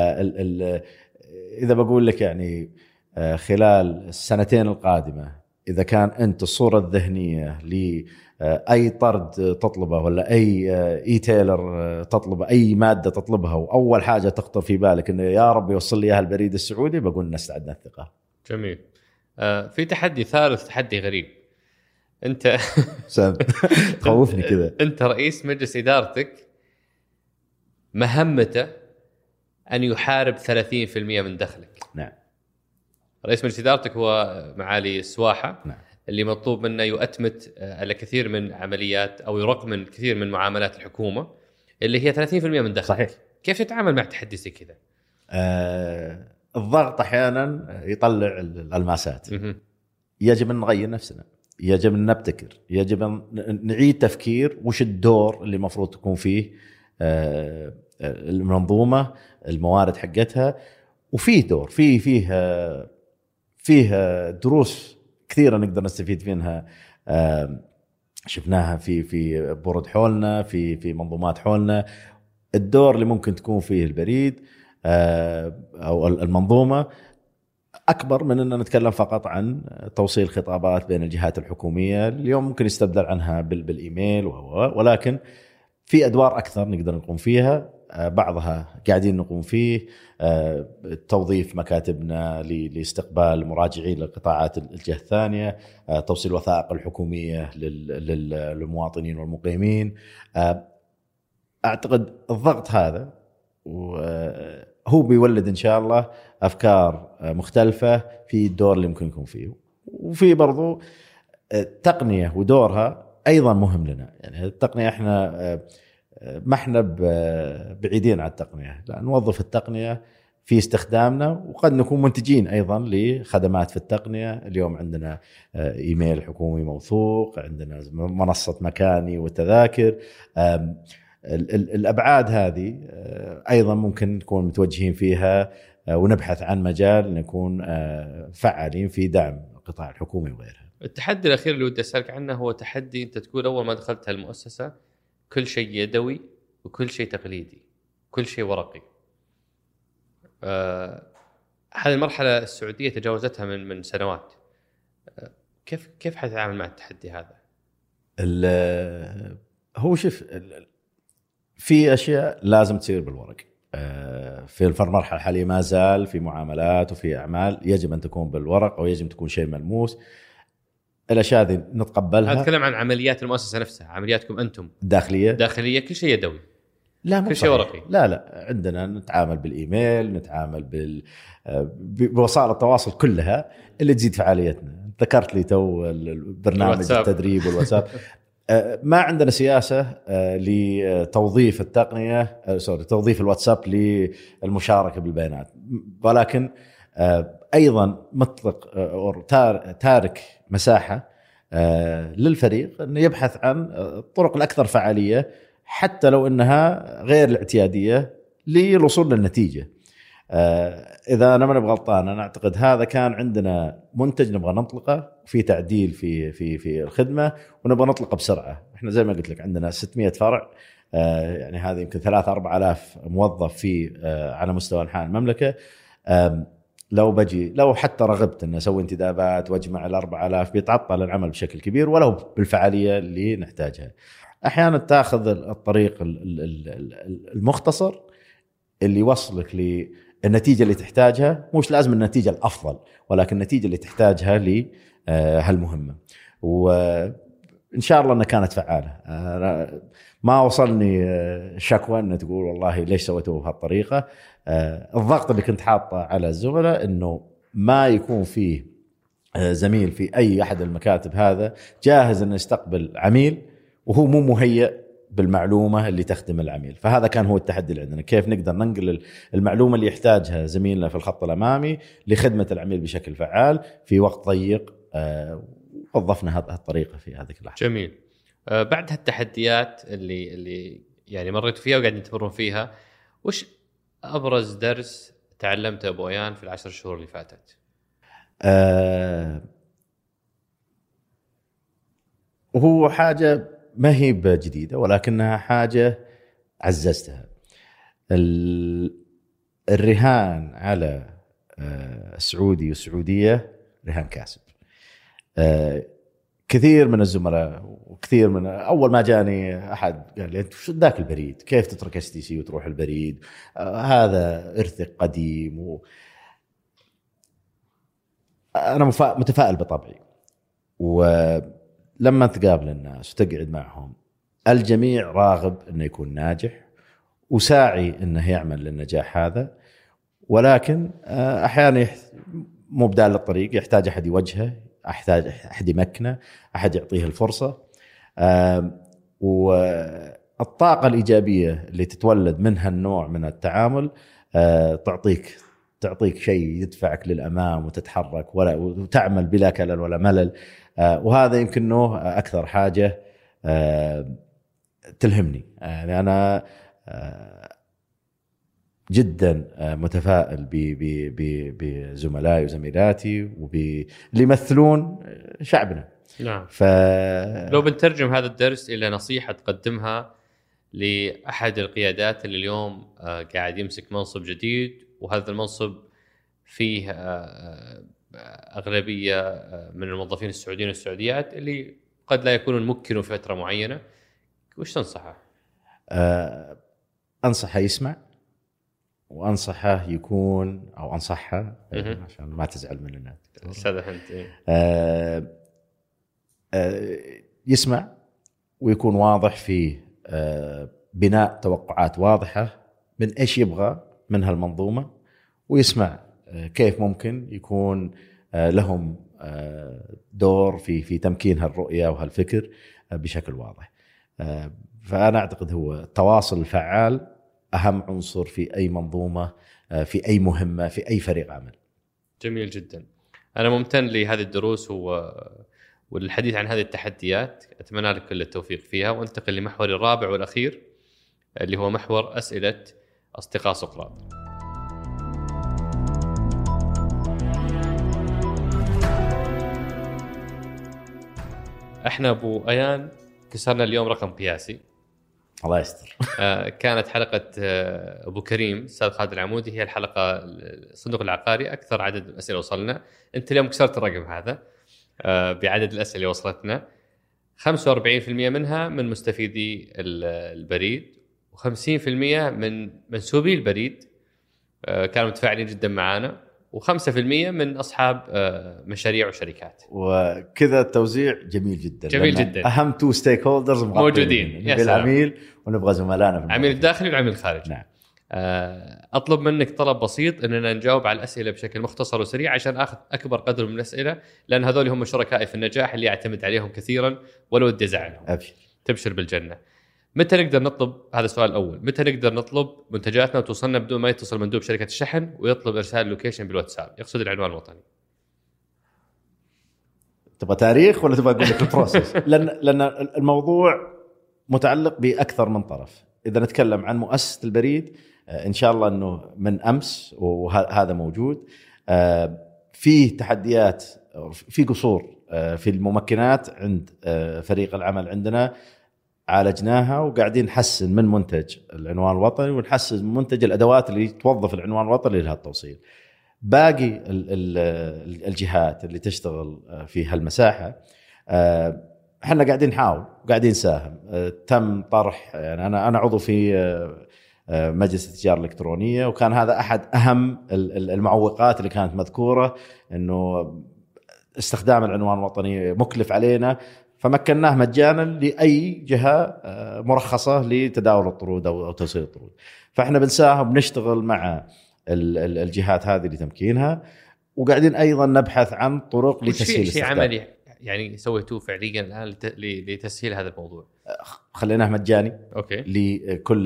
[SPEAKER 3] إذا بقول لك يعني خلال السنتين القادمة إذا كان أنت الصورة الذهنية لأي طرد تطلبه ولا أي إي تيلر تطلبه، أي مادة تطلبها، وأول حاجة تخطر في بالك إنه يا رب يوصل لي إياها البريد السعودي، بقول نستعدنا الثقة.
[SPEAKER 1] جميل. آه في تحدي ثالث، تحدي غريب. أنت
[SPEAKER 3] خوفني كذا.
[SPEAKER 1] أنت رئيس مجلس إدارتك مهمته أن يحارب ثلاثين بالمئة من دخلك.
[SPEAKER 3] نعم.
[SPEAKER 1] رئيس مجلس إدارتك هو معالي السواحة.
[SPEAKER 3] نعم.
[SPEAKER 1] اللي مطلوب منه يؤتمت على كثير من عمليات أو يرقم كثير من معاملات الحكومة اللي هي ثلاثين بالمئة من دخلك.
[SPEAKER 3] صحيح.
[SPEAKER 1] كيف تتعامل مع تحدي زي كذا؟
[SPEAKER 3] آه الضغط أحيانا يطلع الماسات. يجب أن نغير نفسنا، يجب أن نبتكر، يجب أن نعيد تفكير وش الدور اللي مفروض تكون فيه آه المنظومة، الموارد حقتها، وفيه دور فيه فيه فيه دروس كثيرة نقدر نستفيد منها. شفناها في في برد حولنا، في في منظومات حولنا. الدور اللي ممكن تكون فيه البريد أو المنظومة أكبر من أننا نتكلم فقط عن توصيل خطابات بين الجهات الحكومية. اليوم ممكن يستبدل عنها بالإيميل، ولكن في أدوار أكثر نقدر نقوم فيها. بعضها قاعدين نقوم فيه، توظيف مكاتبنا لاستقبال مراجعين للقطاعات الجهة الثانية، توصيل وثائق الحكومية للمواطنين والمقيمين. أعتقد الضغط هذا هو بيولد إن شاء الله أفكار مختلفة في الدور اللي ممكن يكون فيه. وفي برضو التقنية ودورها أيضا مهم لنا. يعني التقنية إحنا ما احنا بعيدين عن التقنية، لا نوظف التقنية في استخدامنا، وقد نكون منتجين أيضا لخدمات في التقنية. اليوم عندنا إيميل حكومي موثوق، عندنا منصة مكاني والتذاكر. الأبعاد هذه أيضا ممكن نكون متوجهين فيها، ونبحث عن مجال نكون فعالين في دعم القطاع الحكومي وغيرها.
[SPEAKER 1] التحدي الأخير اللي ودي أسألك عنه هو تحدي أنت تقول أول ما دخلت هالمؤسسة كل شيء يدوي وكل شيء تقليدي، كل شيء ورقي. آه، هذه المرحلة السعودية تجاوزتها من من سنوات. آه، كيف كيف حتتعامل مع التحدي هذا؟
[SPEAKER 3] هو شوف، في أشياء لازم تصير بالورق. آه، في المرحلة الحالية ما زال في معاملات وفي أعمال يجب أن تكون بالورق، أو يجب تكون شيء ملموس. الأشياء هذه نتقبلها.
[SPEAKER 1] أتكلم عن عمليات المؤسسة نفسها، عملياتكم أنتم
[SPEAKER 3] داخلية
[SPEAKER 1] داخلية كل شيء يدوي.
[SPEAKER 3] لا
[SPEAKER 1] كل شيء ورقي.
[SPEAKER 3] لا لا عندنا نتعامل بالإيميل، نتعامل بال بوسائل التواصل كلها اللي تزيد فعاليتنا. ذكرت لي تو البرنامج التدريب والواتساب. ما عندنا سياسة لتوظيف التقنية سوري توظيف الواتساب للمشاركة بالبيانات، ولكن أيضا مطلق تارك مساحة للفريق أن يبحث عن الطرق الأكثر فعالية حتى لو أنها غير الاعتيادية للوصول للنتيجة. إذا أنا ما نبغى غلطان أنا أعتقد هذا كان عندنا منتج نبغى نطلقه في تعديل في في في الخدمة ونبغى نطلقه بسرعة. إحنا زي ما قلت لك عندنا ستمائة فرع، يعني هذه يمكن ثلاثة أربعة آلاف موظف في على مستوى أنحاء المملكة. لو بجي لو حتى رغبت أن أسوي انتدابات واجمع الأربعة آلاف بيتعطل العمل بشكل كبير ولو بالفعالية اللي نحتاجها. أحيانا تأخذ الطريق المختصر اللي يوصلك للنتيجة اللي تحتاجها، مش لازم النتيجة الأفضل ولكن النتيجة اللي تحتاجها لهالمهمة، وإن شاء الله أنها كانت فعالة. ما وصلني شكوى أن تقول والله ليش سويته بهالطريقة. الضغط اللي كنت حاطه على الزملاء أنه ما يكون فيه زميل في أي أحد المكاتب هذا جاهز أن يستقبل عميل وهو مو مهيأ بالمعلومة اللي تخدم العميل. فهذا كان هو التحدي اللي عندنا، كيف نقدر ننقل المعلومة اللي يحتاجها زميلنا في الخط الأمامي لخدمة العميل بشكل فعال في وقت ضيق. وظفنا هذه الطريقة في هذه اللحظة.
[SPEAKER 1] جميل. بعد هالتحديات اللي اللي يعني مريتوا فيها وقاعدين تمرون فيها، وش أبرز درس تعلمته أبو أيان في العشر شهور اللي فاتت؟
[SPEAKER 3] أه وهو حاجة ما هي جديدة ولكنها حاجة عززتها. الرهان على السعودي والسعودية رهان كاسب. كثير من الزملاء وكثير من أول ما جاني أحد قال لي أنت شو ذاك البريد، كيف تترك اس تي سي وتروح البريد، هذا إرثك قديم. و... أنا متفائل بطبعي، ولما تقابل الناس وتقعد معهم الجميع راغب أنه يكون ناجح وساعي أنه يعمل للنجاح هذا، ولكن أحيانا مو بدال الطريق يحتاج أحد يوجهه، أحتاج أحد يمكنه، أحد يعطيه الفرصة. والطاقة الإيجابية اللي تتولد من هالنوع من التعامل تعطيك تعطيك شيء يدفعك للأمام وتتحرك ولا وتعمل بلا كلل ولا ملل. وهذا يمكنه أكثر حاجة تلهمني. يعني أنا جدا متفائل بزملائي وزميلاتي وباللي يمثلون شعبنا.
[SPEAKER 1] نعم. ف... لو بنترجم هذا الدرس إلى نصيحة تقدمها لأحد القيادات اللي اليوم قاعد يمسك منصب جديد، وهذا المنصب فيه أغلبية من الموظفين السعوديين والسعوديات اللي قد لا يكونوا ممكنوا في فترة معينة، وش تنصحه؟
[SPEAKER 3] أه أنصحه يسمع، وأنصحه يكون أو أنصحها عشان ما تزعل مننا
[SPEAKER 1] أستاذ أنت
[SPEAKER 3] أه أه يسمع ويكون واضح في أه بناء توقعات واضحة من إيش يبغى من هالمنظومة، ويسمع أه كيف ممكن يكون أه لهم أه دور في في تمكين هالرؤية وهالفكر أه بشكل واضح. أه فأنا أعتقد هو التواصل الفعال أهم عنصر في أي منظومة، في أي مهمة، في أي فريق عمل.
[SPEAKER 1] جميل جدا. أنا ممتن لهذه الدروس و... والحديث عن هذه التحديات. أتمنى لك كل التوفيق فيها، وانتقل لمحور الرابع والأخير اللي هو محور أسئلة أصدقاء سقراط. احنا أبو أيان كسرنا اليوم رقم قياسي،
[SPEAKER 3] الله يستر.
[SPEAKER 1] كانت حلقة أبو كريم أستاذ خالد العمودي هي الحلقة الصندوق العقاري أكثر عدد أسئلة وصلنا. أنت اليوم كسرت الرقم هذا بعدد الأسئلة اللي وصلتنا، خمسة وأربعين بالمئة منها من مستفيدي البريد، وخمسين بالمئة من منسوبي البريد كانوا متفاعلين جدا معنا، وخمسة بالمئة من أصحاب مشاريع وشركات.
[SPEAKER 3] وكذا التوزيع جميل جدا.
[SPEAKER 1] جميل جدا.
[SPEAKER 3] أهم تو ستيك هولدرز
[SPEAKER 1] موجودين،
[SPEAKER 3] نبي العميل ونبغى زملائنا في
[SPEAKER 1] العميل الداخلي والعميل الخارجي.
[SPEAKER 3] نعم.
[SPEAKER 1] أطلب منك طلب بسيط أننا نجاوب على الأسئلة بشكل مختصر وسريع عشان أخذ أكبر قدر من الأسئلة، لأن هذول هم شركائي في النجاح اللي أعتمد عليهم كثيرا ولو ودي أزعلهم.
[SPEAKER 3] أبشر.
[SPEAKER 1] تبشر بالجنة. متى نقدر نطلب، هذا السؤال الأول، متى نقدر نطلب منتجاتنا وتوصلنا بدون ما يتصل مندوب شركة الشحن ويطلب إرسال لوكيشن بالواتساب؟ يقصد العنوان الوطني.
[SPEAKER 3] تبغى تاريخ ولا تبغى أقول لك البروسيس؟ لأن لأن الموضوع متعلق بأكثر من طرف. إذا نتكلم عن مؤسسة البريد إن شاء الله أنه من أمس وهذا موجود، فيه تحديات، في قصور في الممكنات عند فريق العمل عندنا، عالجناها وقاعدين نحسن من منتج العنوان الوطني ونحسن من منتج الأدوات اللي توظف العنوان الوطني لهذا التوصيل. باقي الجهات اللي تشتغل في هالمساحة احنا قاعدين نحاول وقاعدين نساهم. تم طرح، يعني أنا أنا عضو في مجلس التجارة الإلكترونية، وكان هذا أحد أهم المعوقات اللي كانت مذكورة، إنه استخدام العنوان الوطني مكلف علينا، فمكناه مجانا لأي جهة مرخصة لتداول الطرود أو توصيل الطرود. فإحنا بنساهم بنشتغل مع الجهات هذه لتمكينها، وقاعدين أيضا نبحث عن طرق لتسهيل
[SPEAKER 1] شيء عملي يعني سويتوه فعليا الآن لتسهيل هذا الموضوع.
[SPEAKER 3] خليناه مجاني
[SPEAKER 1] أوكي.
[SPEAKER 3] لكل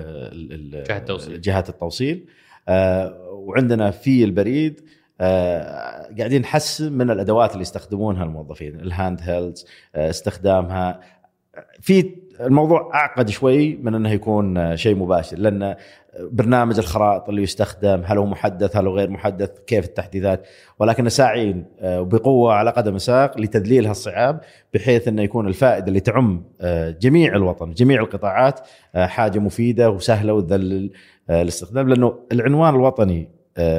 [SPEAKER 3] جهات التوصيل. وعندنا في البريد قاعدين نحسن من الأدوات اللي يستخدمونها الموظفين، الهاند هيلدز، استخدامها. في الموضوع أعقد شوي من أنه يكون شيء مباشر، لأن برنامج الخرائط اللي يستخدم هل هو محدث هل هو غير محدث، كيف التحديثات، ولكن ساعين وبقوة على قدم وساق لتذليل هالصعاب، بحيث أنه يكون الفائدة اللي تعم جميع الوطن جميع القطاعات حاجة مفيدة وسهلة وتذلل الاستخدام. لأنه العنوان الوطني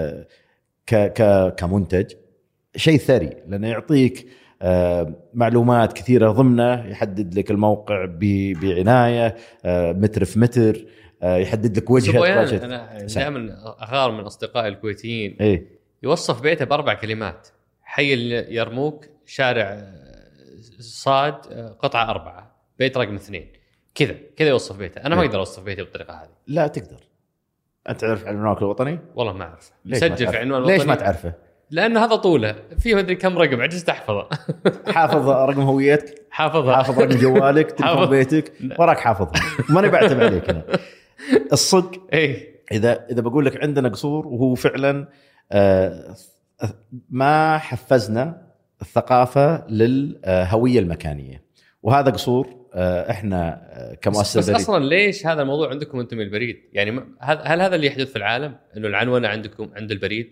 [SPEAKER 3] كمنتج شيء ثري، لأنه يعطيك معلومات كثيرة ضمنه، يحدد لك الموقع بعناية متر في متر، يحدد لك وجهة.
[SPEAKER 1] أنا دائما أغار من أصدقائي الكويتيين
[SPEAKER 3] إيه؟
[SPEAKER 1] يوصف بيته بأربع كلمات: حي اليرموك، شارع صاد، قطعة أربعة، بيت رقم اثنين. كذا كذا يوصف بيته. أنا ما أقدر أوصف بيتي بالطريقة هذه.
[SPEAKER 3] لا تقدر. أنت تعرف عنوانك الوطني؟
[SPEAKER 1] والله ما أعرف.
[SPEAKER 3] سجل
[SPEAKER 1] في عنوان الوطني.
[SPEAKER 3] ليش ما تعرفه؟
[SPEAKER 1] لأن هذا طوله فيه مدري كم رقم، عجزت أحفظه.
[SPEAKER 3] حافظ رقم هويتك،
[SPEAKER 1] حافظها،
[SPEAKER 3] حافظ رقم جوالك، تلفون بيتك، وراك حافظها. ماني بعتب عليك أنا. الصدق
[SPEAKER 1] إيه؟
[SPEAKER 3] إذا إذا بقول لك عندنا قصور، وهو فعلا آه ما حفزنا الثقافة للهوية المكانية، وهذا قصور. آه احنا كمؤسسة
[SPEAKER 1] بس, بس أصلا ليش هذا الموضوع عندكم أنتم البريد؟ يعني هل هذا اللي يحدث في العالم، إنه العنونة عندكم عند البريد؟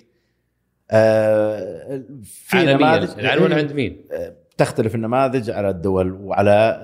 [SPEAKER 3] آه في نماذج.
[SPEAKER 1] العنونة عند مين؟
[SPEAKER 3] آه تختلف النماذج على الدول وعلى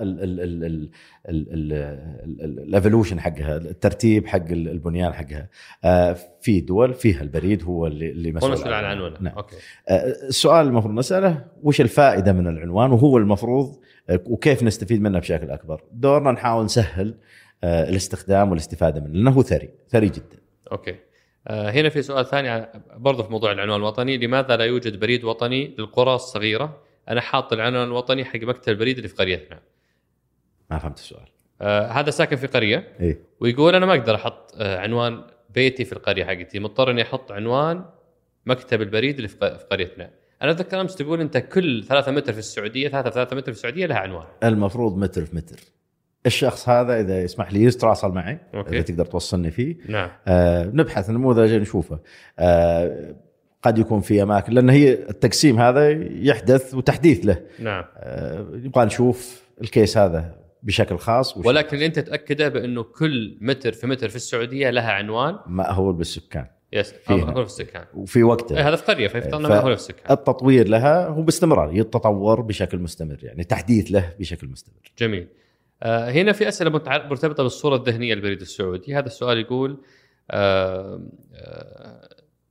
[SPEAKER 3] الايفولوشن حقها، الترتيب حق البنيان حقها. في دول فيها البريد هو اللي مسؤول
[SPEAKER 1] عن العنوان.
[SPEAKER 3] نعم. أوكي. السؤال المفروض نسأله وش الفائدة من العنوان، وهو المفروض وكيف نستفيد منه بشكل أكبر. دورنا نحاول نسهل الاستخدام والاستفادة منه، لأنه ثري ثري جدا.
[SPEAKER 1] أوكي. هنا في سؤال ثاني برضه في موضوع العنوان الوطني: لماذا لا يوجد بريد وطني للقرى الصغيرة؟ أنا حاط العنوان الوطني حق مكتب البريد اللي في قريتنا.
[SPEAKER 3] ما فهمت السؤال.
[SPEAKER 1] آه هذا ساكن في قرية.
[SPEAKER 3] إيه؟
[SPEAKER 1] ويقول أنا ما أقدر أحط آه عنوان بيتي في القرية حقتي، مضطر إني أحط عنوان مكتب البريد اللي في قريتنا. أنا أتذكر أمس تقول أنت كل ثلاثة متر في السعودية، ثلاثة ثلاثة متر في السعودية لها عنوان.
[SPEAKER 3] المفروض متر في متر. الشخص هذا إذا يسمح لي يتواصل معي،
[SPEAKER 1] أوكي.
[SPEAKER 3] إذا تقدر توصلني فيه.
[SPEAKER 1] نعم.
[SPEAKER 3] آه نبحث نموذج نشوفه. آه قد يكون في أماكن، لأن هي التقسيم هذا يحدث وتحديث له.
[SPEAKER 1] نعم.
[SPEAKER 3] آه يبغى نشوف الكيس هذا بشكل خاص.
[SPEAKER 1] ولكن أنت تأكده بأنه كل متر في متر في السعودية لها عنوان.
[SPEAKER 3] ما هو بالسكان.
[SPEAKER 1] يس. هو في السكان.
[SPEAKER 3] وفي وقته.
[SPEAKER 1] إيه هذا في قرية، فيفترض ما هو في السكان.
[SPEAKER 3] التطوير لها هو باستمرار، يتطور بشكل مستمر، يعني تحديث له بشكل مستمر.
[SPEAKER 1] جميل. آه هنا في أسئلة مرتبطة بالصورة الذهنية للبريد السعودي. هذا السؤال يقول: آه آه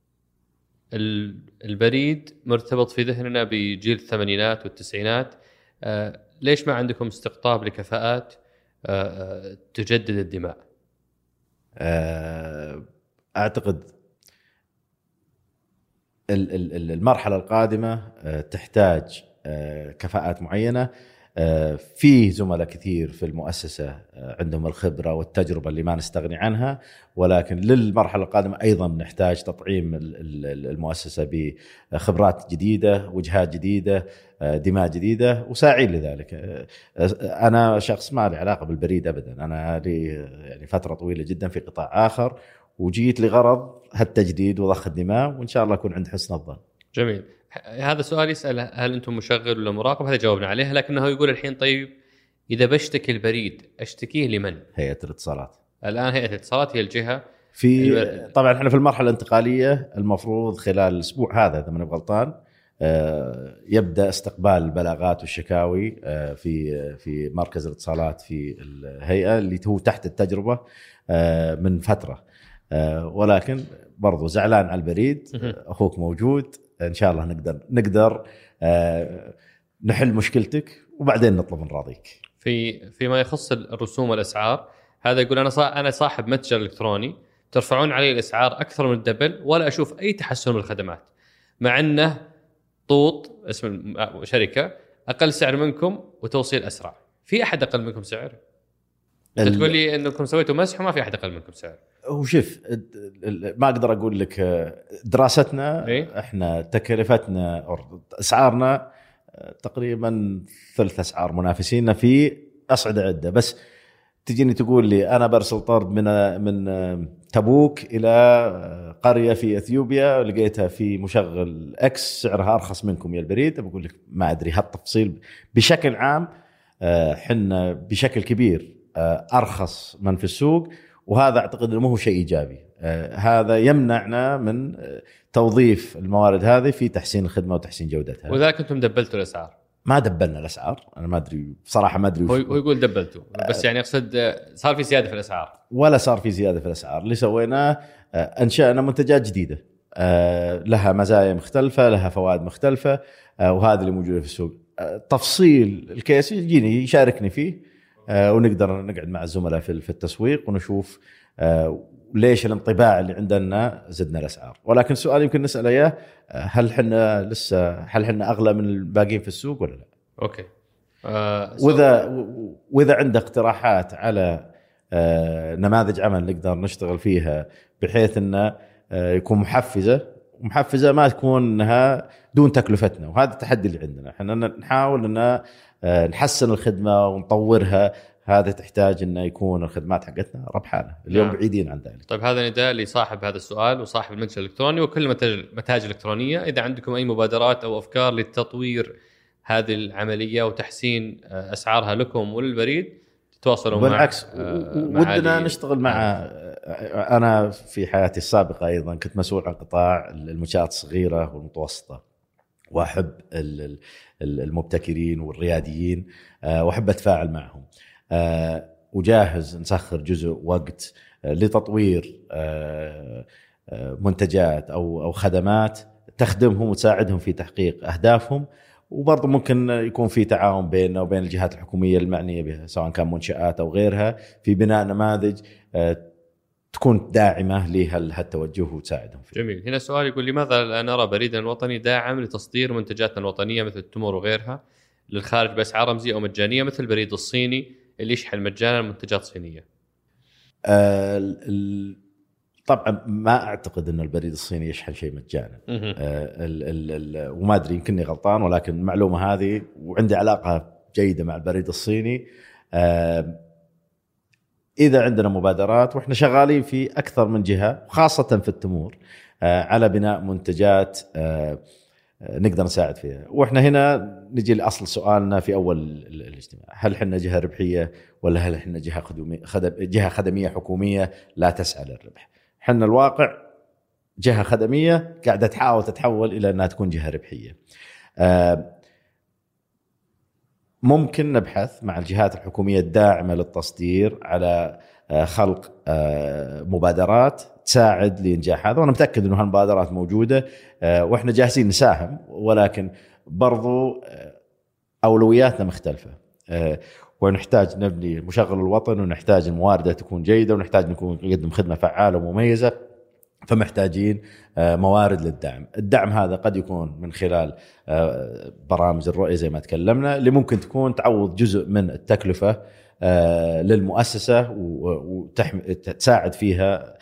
[SPEAKER 1] البريد مرتبط في ذهننا بجيل الثمانينات والتسعينات، آه ليش ما عندكم استقطاب لكفاءات آه تجدد الدماء؟
[SPEAKER 3] أعتقد المرحلة القادمة تحتاج كفاءات معينة. في زملاء كثير في المؤسسة عندهم الخبرة والتجربة اللي ما نستغني عنها، ولكن للمرحلة القادمة أيضا نحتاج تطعيم المؤسسة بخبرات جديدة، وجهات جديدة، دماء جديدة، وساعين لذلك. أنا شخص ما لي علاقة بالبريد أبدا، أنا لي يعني فترة طويلة جدا في قطاع آخر، وجيت لغرض هالتجديد وضخ الدماء، وإن شاء الله أكون عند حسن الظن.
[SPEAKER 1] جميل. هذا سؤال يسأل هل أنتم مشغل ولا مراقب، هذا جاوبنا عليه، لكنه يقول الحين طيب إذا بشتكي البريد أشتكيه لمن؟
[SPEAKER 3] هيئة الاتصالات.
[SPEAKER 1] الآن هيئة الاتصالات هي الجهة
[SPEAKER 3] في البر... طبعا احنا في المرحلة الانتقالية، المفروض خلال الأسبوع هذا إذا ما أنا غلطان يبدأ استقبال البلاغات والشكاوي في في مركز الاتصالات في الهيئة اللي هو تحت التجربة من فترة، ولكن برضو زعلان على البريد. أخوك موجود، إن شاء الله نقدر نقدر نحل مشكلتك وبعدين نطلب نراضيك.
[SPEAKER 1] في فيما يخص الرسوم والأسعار، هذا يقول أنا صا أنا صاحب متجر إلكتروني ترفعون علي الأسعار أكثر من الدبل ولا أشوف أي تحسن بالخدمات، مع أنه طوط اسم شركة أقل سعر منكم وتوصيل أسرع. في أحد أقل منكم سعر؟ ال... تقول لي أنكم سويتوا مسح وما في أحد أقل منكم سعر.
[SPEAKER 3] وشوف ما أقدر أقول لك دراستنا
[SPEAKER 1] إيه؟
[SPEAKER 3] إحنا تكلفتنا أسعارنا تقريبا ثلث أسعار منافسينا في أصعدة عدة، بس تجيني تقول لي أنا برسل طرد من من تبوك إلى قرية في أثيوبيا لقيتها في مشغل إكس سعرها أرخص منكم يا البريد، بقول لك ما أدري هالتفصيل. بشكل عام حنا بشكل كبير أرخص من في السوق، وهذا أعتقد أنه هو شيء إيجابي. هذا يمنعنا من توظيف الموارد هذه في تحسين الخدمة وتحسين جودتها.
[SPEAKER 1] وإذا كنتم دبلتوا الأسعار؟ ما
[SPEAKER 3] دبلنا الأسعار، أنا ما أدري بصراحة، ما أدري.
[SPEAKER 1] هو يقول دبلتوا، بس يعني أقصد صار في زيادة في الأسعار؟
[SPEAKER 3] ولا صار في زيادة في الأسعار. اللي سويناه أنشأنا منتجات جديدة لها مزايا مختلفة، لها فوائد مختلفة، وهذا اللي موجود في السوق. تفصيل الكيس يجيني يشاركني فيه، ونقدر نقعد مع الزملاء في التسويق ونشوف ليش الانطباع اللي عندنا زدنا الأسعار. ولكن سؤال يمكن نسأله إياه، هل حنا لسه هل حنا أغلى من الباقين في السوق ولا لا؟
[SPEAKER 1] أوكي. آه
[SPEAKER 3] وإذا وإذا عنده اقتراحات على آه نماذج عمل نقدر نشتغل فيها بحيث إنه آه يكون محفزة محفزة ما تكون إنها دون تكلفتنا، وهذا التحدي اللي عندنا. إحنا نحاول إن آه نحسن الخدمة ونطورها، هذا تحتاج إنه يكون الخدمات حقتنا ربحانة. اليوم نعم. بعيدين عن ذلك.
[SPEAKER 1] طيب هذا نداء لصاحب هذا السؤال وصاحب المتجر الإلكتروني وكل متاجر إلكترونية، إذا عندكم أي مبادرات أو أفكار للتطوير هذه العملية وتحسين أسعارها لكم وللبريد تتواصلوا معنا.
[SPEAKER 3] بالعكس ودنا نشتغل مع أنا في حياتي السابقة أيضا كنت مسؤول عن قطاع المنشآت الصغيرة والمتوسطة، وأحب المبتكرين والرياديين وأحب أتفاعل معهم، وجاهز نسخر جزء وقت لتطوير منتجات أو أو خدمات تخدمهم وتساعدهم في تحقيق أهدافهم. وبرضه ممكن يكون في تعاون بيننا وبين الجهات الحكومية المعنية بها سواء كان منشآت أو غيرها في بناء نماذج تكون داعمة لهالتوجه وتساعدهم فيه.
[SPEAKER 1] جميل. هنا سؤال يقول لماذا لا نرى بريدنا الوطني داعم لتصدير منتجاتنا الوطنية مثل التمور وغيرها للخارج بأسعار رمزية أو مجانية مثل البريد الصيني اللي يشحن مجانا منتجات صينية؟
[SPEAKER 3] آه طبعا ما أعتقد أن البريد الصيني يشحن شيء مجانا، آه وما أدري يمكنني غلطان، ولكن المعلومة هذه وعندي علاقة جيدة مع البريد الصيني. آه إذا عندنا مبادرات وإحنا شغالين في أكثر من جهة خاصة في التمور آه على بناء منتجات آه نقدر نساعد فيها. وإحنا هنا نجي لأصل سؤالنا في أول الاجتماع، هل إحنا جهة ربحية ولا هل إحنا جهة خدمية جهة خدمية حكومية لا تسعى للربح؟ إحنا الواقع جهة خدمية قاعدة تحاول تتحول إلى أنها تكون جهة ربحية. ممكن نبحث مع الجهات الحكومية الداعمة للتصدير على خلق مبادرات تساعد لإنجاح هذا، وأنا متأكد أنه هالمبادرات موجودة وإحنا جاهزين نساهم، ولكن برضو أولوياتنا مختلفة، ونحتاج نبني مشغل الوطن، ونحتاج الموارد تكون جيدة، ونحتاج نكون نقدم خدمة فعالة ومميزة. فمحتاجين موارد للدعم. الدعم هذا قد يكون من خلال برامج الرؤية زي ما تكلمنا، اللي ممكن تكون تعوض جزء من التكلفة للمؤسسة وتساعد فيها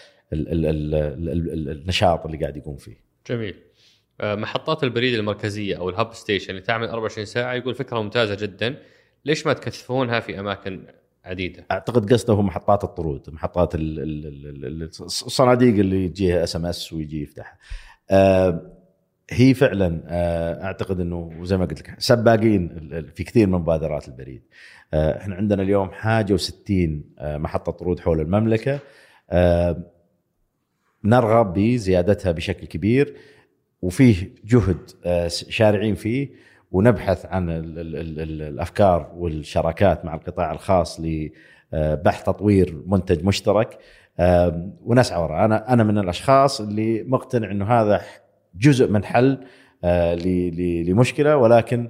[SPEAKER 3] النشاط اللي قاعد يقوم فيه.
[SPEAKER 1] جميل. محطات البريد المركزية أو الهاب ستيشن اللي تعمل أربعة وعشرين ساعة، يقول فكرة ممتازة جدا، ليش ما تكثفونها في أماكن عديدة؟
[SPEAKER 3] أعتقد قصده هو محطات الطرود، محطات الصناديق اللي يجيها اس ام اس ويجي يفتحها. أه هي فعلا أه أعتقد أنه زي ما قلت لك سباقين في كثير من مبادرات البريد. أه احنا عندنا اليوم حاجة وستين محطة طرود حول المملكة، أه نرغب بزيادتها بشكل كبير، وفيه جهد شارعين فيه، ونبحث عن ال ال ال الأفكار والشراكات مع القطاع الخاص لبحث تطوير منتج مشترك ونسعى وراء. أنا أنا من الأشخاص اللي مقتنع إنه هذا جزء من حل لمشكلة، ولكن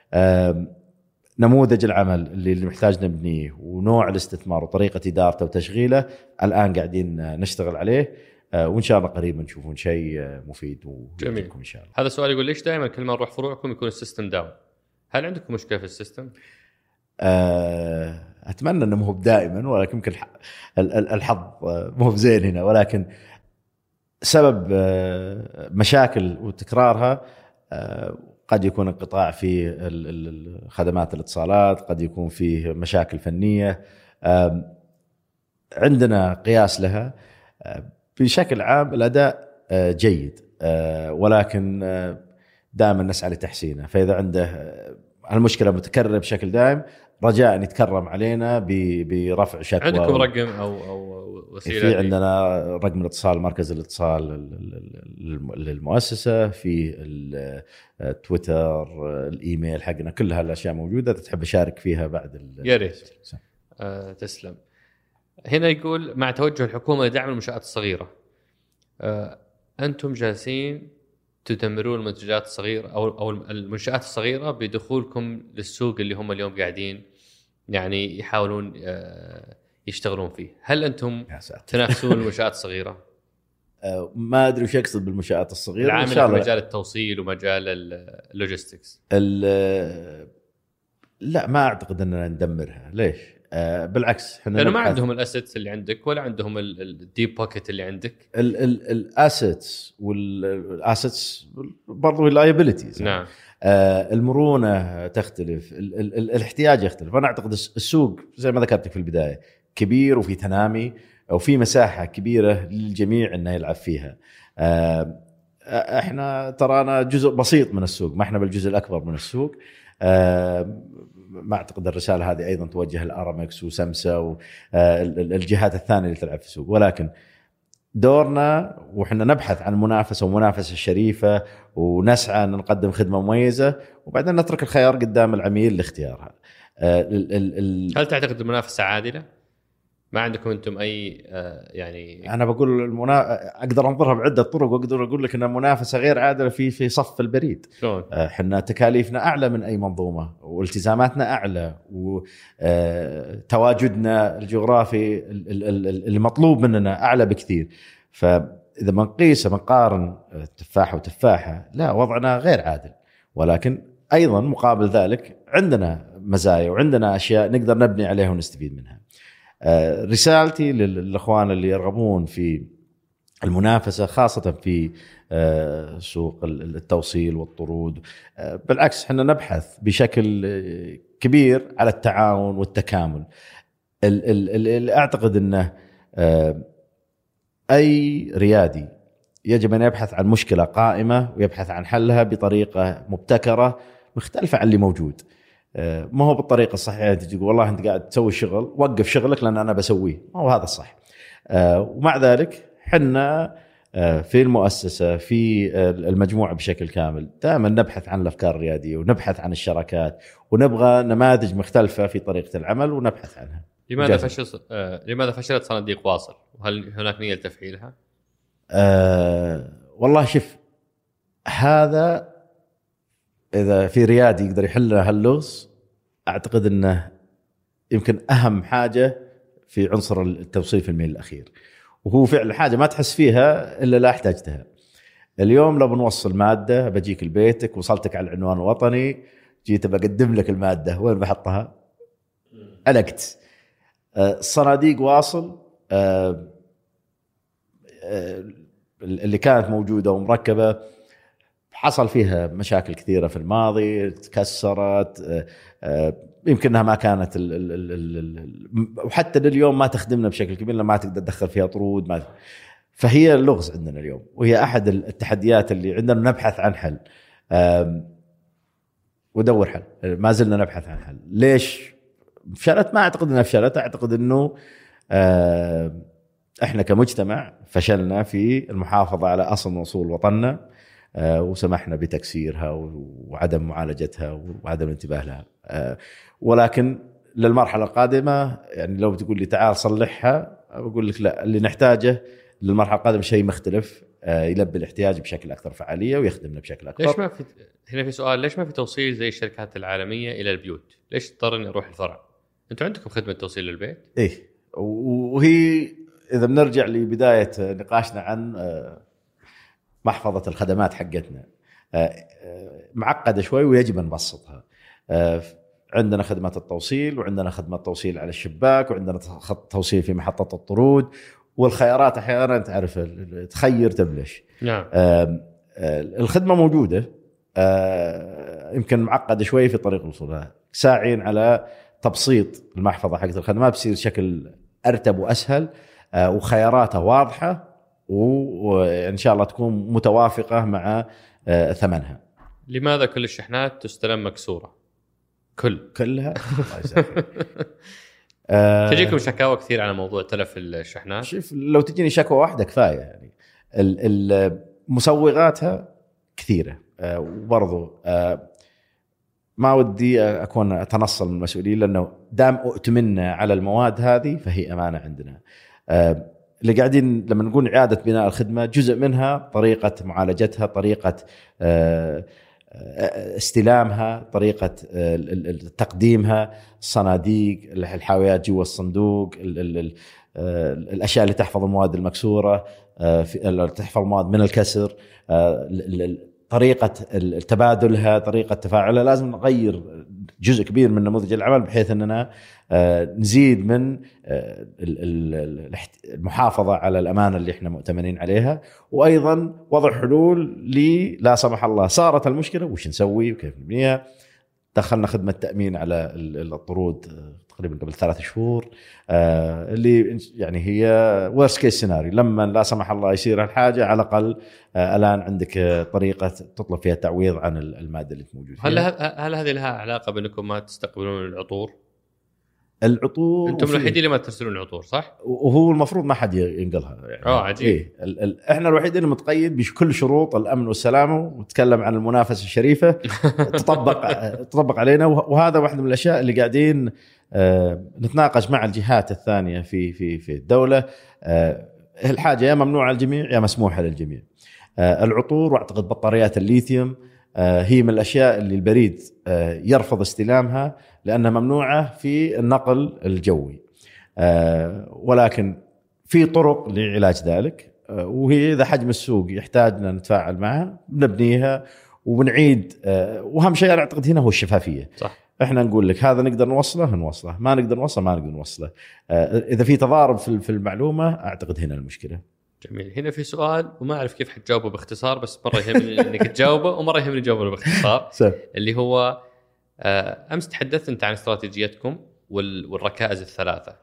[SPEAKER 3] نموذج العمل اللي محتاج نبنيه ونوع الاستثمار وطريقة إدارته وتشغيله الآن قاعدين نشتغل عليه، وإن شاء الله قريبا نشوفون شيء مفيد ويعجبكم إن شاء الله.
[SPEAKER 1] هذا سؤال يقول ليش دائما كل ما نروح فروعكم يكون السيستم داون؟ هل عندكم مشكلة في السيستم؟
[SPEAKER 3] أتمنى أنه مو دائما، ولكن يمكن الحظ مو زين هنا، ولكن سبب مشاكل وتكرارها قد يكون انقطاع في خدمات الاتصالات، قد يكون فيه مشاكل فنية. عندنا قياس لها. بشكل عام الأداء جيد، ولكن دائما نسعى لتحسينه. فإذا عنده المشكلة متكررة بشكل دائم، رجاء يتكرم علينا برفع شكوى.
[SPEAKER 1] عندكم رقم أو أو وسيلة؟
[SPEAKER 3] في عندنا رقم الاتصال، مركز الاتصال للمؤسسة، في التويتر، الإيميل حقنا، كل هالأشياء موجودة. تحب أشارك فيها بعد؟
[SPEAKER 1] يا ريت. أه تسلم. هنا يقول مع توجه الحكومة لدعم المنشآت الصغيرة، أه أنتم جالسين تدمرون المنتجات الصغيرة أو أو المنشآت الصغيرة بدخولكم للسوق اللي هم اليوم قاعدين يعني يحاولون أه يشتغلون فيه. هل أنتم تنافسون المنشآت الصغيرة؟
[SPEAKER 3] أه ما أدري وش يقصد بالمنشآت الصغيرة.
[SPEAKER 1] العامل في مجال التوصيل ومجال اللوجيستكس.
[SPEAKER 3] لا ما أعتقد أننا ندمرها. ليش؟ أه بالعكس، احنا
[SPEAKER 1] لانه ما عندهم الاسيتس اللي عندك ولا عندهم الديب بوكيت اللي عندك.
[SPEAKER 3] الاسيتس والاسيتس برضو اللايبيليتيز.
[SPEAKER 1] نعم.
[SPEAKER 3] أه المرونه تختلف، ال ال ال الاحتياج يختلف. انا اعتقد السوق زي ما ذكرت في البدايه كبير وفي تنامي وفي مساحه كبيره للجميع انه يلعب فيها. أه احنا ترانا جزء بسيط من السوق، ما احنا بالجزء الاكبر من السوق. أه ما أعتقد الرسالة هذه أيضا توجه لأرامكس وسمسة والجهات الثانية اللي تلعب في السوق، ولكن دورنا وإحنا نبحث عن منافسة ومنافسة شريفة، ونسعى أن نقدم خدمة مميزة، وبعدين نترك الخيار قدام العميل لاختيارها.
[SPEAKER 1] هل تعتقد المنافسة عادلة؟ ما عندكم أنتم أي يعني؟
[SPEAKER 3] أنا بقول المنا... أقدر أنظرها بعدة طرق، وأقدر أقول لك أن المنافسة غير عادلة في في صف البريد.
[SPEAKER 1] شلون؟
[SPEAKER 3] إحنا تكاليفنا أعلى من أي منظومة، والتزاماتنا أعلى، وتواجدنا الجغرافي اللي مطلوب مننا أعلى بكثير. فإذا ما نقيس منقارن تفاحة وتفاحة، لا، وضعنا غير عادل. ولكن أيضا مقابل ذلك عندنا مزايا وعندنا أشياء نقدر نبني عليها ونستفيد منها. رسالتي للأخوان اللي يرغبون في المنافسة خاصة في سوق التوصيل والطرود، بالعكس احنا نبحث بشكل كبير على التعاون والتكامل. اللي أعتقد أنه أي ريادي يجب أن يبحث عن مشكلة قائمة ويبحث عن حلها بطريقة مبتكرة مختلفة عن اللي موجود. ما هو بالطريقة الصحيحة تقول والله أنت قاعد تسوي شغل، وقف شغلك لأن أنا بسويه، ما هو هذا الصح. ومع ذلك حنا في المؤسسة في المجموعة بشكل كامل دائما نبحث عن الأفكار الريادية ونبحث عن الشراكات، ونبغى نماذج مختلفة في طريقة العمل ونبحث عنها.
[SPEAKER 1] لماذا فشل آه، لماذا فشلت صناديق واصل؟ وهل هناك نية لتفعيلها؟
[SPEAKER 3] آه والله شوف، هذا إذا في ريادي يقدر يحل هاللغز، أعتقد أنه يمكن أهم حاجة في عنصر التوصيل في الميل الأخير. وهو فعل حاجة ما تحس فيها إلا لا احتاجتها. اليوم لو بنوصل مادة بجيك لبيتك، وصلتك على العنوان الوطني، جيت بقدم لك المادة، وين بحطها؟ علقت. الصناديق واصل اللي كانت موجودة ومركبة حصل فيها مشاكل كثيرة في الماضي، تكسرت، يمكنها ما كانت ال ال ال ال وحتى لليوم ما تخدمنا بشكل كبير، ما تقدر تدخل فيها طرود، ما فهي اللغز عندنا اليوم، وهي أحد التحديات اللي عندنا نبحث عن حل ودور حل. ما زلنا نبحث عن حل. ليش فشلت؟ ما أعتقد أنها فشلت، أعتقد أنه إحنا كمجتمع فشلنا في المحافظة على أصل وصول وطننا، وسمحنا بتكسيرها وعدم معالجتها وعدم الانتباه لها. ولكن للمرحلة القادمة يعني لو بتقول لي تعال صلحها، بقول لك لا، اللي نحتاجه للمرحلة القادمة شيء مختلف يلبي الاحتياج بشكل أكثر فعالية ويخدمنا بشكل أكثر.
[SPEAKER 1] ليش ما في هنا في سؤال، ليش ما في توصيل زي الشركات العالمية إلى البيوت؟ ليش اضطر إني أروح الفرع؟ أنتوا عندكم خدمة توصيل للبيت؟
[SPEAKER 3] إيه، وهي إذا بنرجع لبداية نقاشنا عن محفظة الخدمات حقتنا معقدة شوي ويجب أن نبسطها. عندنا خدمة التوصيل، وعندنا خدمة توصيل على الشباك، وعندنا خط توصيل في محطة الطرود، والخيارات أحيانا تعرف تخير تبلش.
[SPEAKER 1] نعم.
[SPEAKER 3] الخدمة موجودة، يمكن معقدة شوي في طريق وصولها. ساعين على تبسيط المحفظة حقت الخدمات بصير شكل أرتب وأسهل، وخياراتها واضحة، وإن شاء الله تكون متوافقة مع ثمنها.
[SPEAKER 1] لماذا كل الشحنات تستلم مكسورة؟ كل
[SPEAKER 3] كلها
[SPEAKER 1] تجيكم شكاوى كثير على موضوع تلف الشحنات؟
[SPEAKER 3] شوف، لو تجيني شكوى واحدة كفاية. يعني مسوغاتها كثيرة، وبرضو ما ودي أكون أتنصل من المسؤولين، لأنه دام أؤتمنا على المواد هذه فهي أمانة عندنا. اللي قاعدين لما نقول إعادة بناء الخدمة، جزء منها طريقة معالجتها، طريقة استلامها، طريقة تقديمها، الصناديق، الحاويات جوا الصندوق، الأشياء اللي تحفظ المواد المكسورة، تحفظ المواد من الكسر، طريقة تبادلها، طريقة تفاعلها. لازم نغير جزء كبير من نموذج العمل بحيث أننا نزيد من المحافظة على الأمانة اللي احنا مؤتمنين عليها، وأيضا وضع حلول لي لا سمح الله صارت المشكلة وش نسوي وكيف نبنيها. دخلنا خدمة تأمين على الطرود تقريبا قبل ثلاث شهور، اللي يعني هي worst case scenario، لما لا سمح الله يصير الحاجة على الأقل الآن عندك طريقة تطلب فيها تعويض عن المادة اللي موجودة.
[SPEAKER 1] هل هل هذه لها علاقة بأنكم ما تستقبلون العطور؟
[SPEAKER 3] العطور
[SPEAKER 1] انتم الوحيدين اللي ما ترسلون العطور، صح؟
[SPEAKER 3] وهو المفروض ما حد ينقلها يعني.
[SPEAKER 1] اه عجيب.
[SPEAKER 3] إيه؟ ال ال احنا الوحيدين اللي متقيد بكل شروط الامن والسلامه، ونتكلم عن المنافسه الشريفه تطبق تطبق علينا، وهذا واحد من الاشياء اللي قاعدين آه نتناقش مع الجهات الثانيه في في في الدوله. آه الحاجه يا ممنوعه للجميع يا مسموحه للجميع. آه العطور، واعتقد بطاريات الليثيوم آه هي من الاشياء اللي البريد آه يرفض استلامها لأنها ممنوعة في النقل الجوي، آه ولكن في طرق لعلاج ذلك، آه وهي إذا حجم السوق يحتاجنا نتفاعل معها بنبنيها وبنعيد. آه وأهم شيء أنا أعتقد هنا هو الشفافية.
[SPEAKER 1] صح.
[SPEAKER 3] إحنا نقول لك هذا نقدر نوصله نوصله، ما نقدر نوصله ما نقدر نوصله. آه إذا في تضارب في في المعلومة أعتقد هنا المشكلة.
[SPEAKER 1] جميل. هنا في سؤال وما أعرف كيف حتجاوبه باختصار، بس مرة يهمني إنك تجاوبه ومرة يهمني تجاوبه باختصار. اللي هو أمس تحدثت أنت عن استراتيجيتكم والركائز الثلاثة.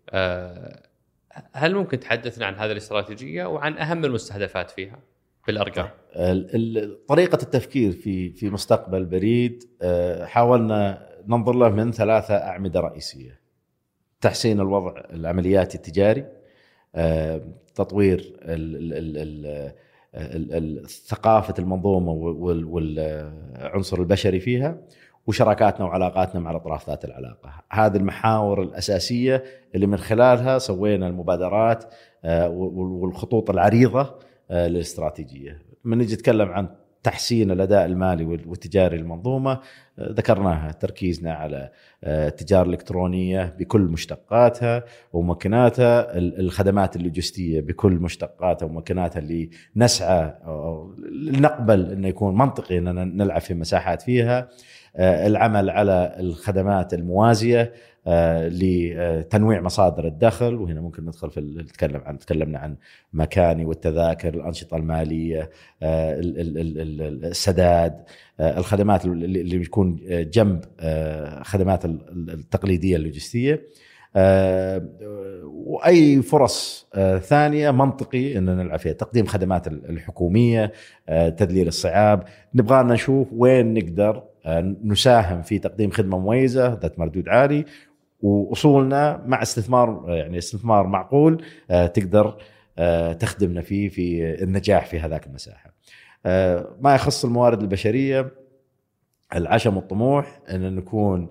[SPEAKER 1] هل ممكن تحدثنا عن هذه الاستراتيجية وعن أهم المستهدفات فيها بالأرقام؟
[SPEAKER 3] طريقة التفكير في في مستقبل بريد حاولنا ننظر له من ثلاثة أعمدة رئيسية: تحسين الوضع العملياتي التجاري، تطوير ثقافة المنظومة والعنصر البشري فيها، وشراكاتنا وعلاقاتنا مع الأطراف ذات العلاقة. هذه المحاور الأساسية اللي من خلالها سوينا المبادرات والخطوط العريضة للاستراتيجية. من نجي نتكلم عن تحسين الأداء المالي والتجاري للمنظومة ذكرناها، تركيزنا على التجارة الإلكترونية بكل مشتقاتها ومكناتها، الخدمات اللوجستية بكل مشتقاتها ومكناتها اللي نسعى نقبل أن يكون منطقي أننا نلعب في مساحات فيها، العمل على الخدمات الموازية لتنويع مصادر الدخل، وهنا ممكن ندخل في نتكلم عن تكلمنا عن مكاني والتذاكر، الأنشطة المالية، السداد، الخدمات اللي بتكون جنب خدمات التقليدية اللوجستية، وأي فرص ثانية منطقي أن نلعب فيها، تقديم خدمات الحكومية، تذليل الصعاب. نبغى نشوف وين نقدر نساهم في تقديم خدمة مميزة ذات مردود عالي، وأصولنا مع استثمار يعني استثمار معقول تقدر تخدمنا فيه في النجاح في هذاك المساحة. ما يخص الموارد البشرية، العشم والطموح أن نكون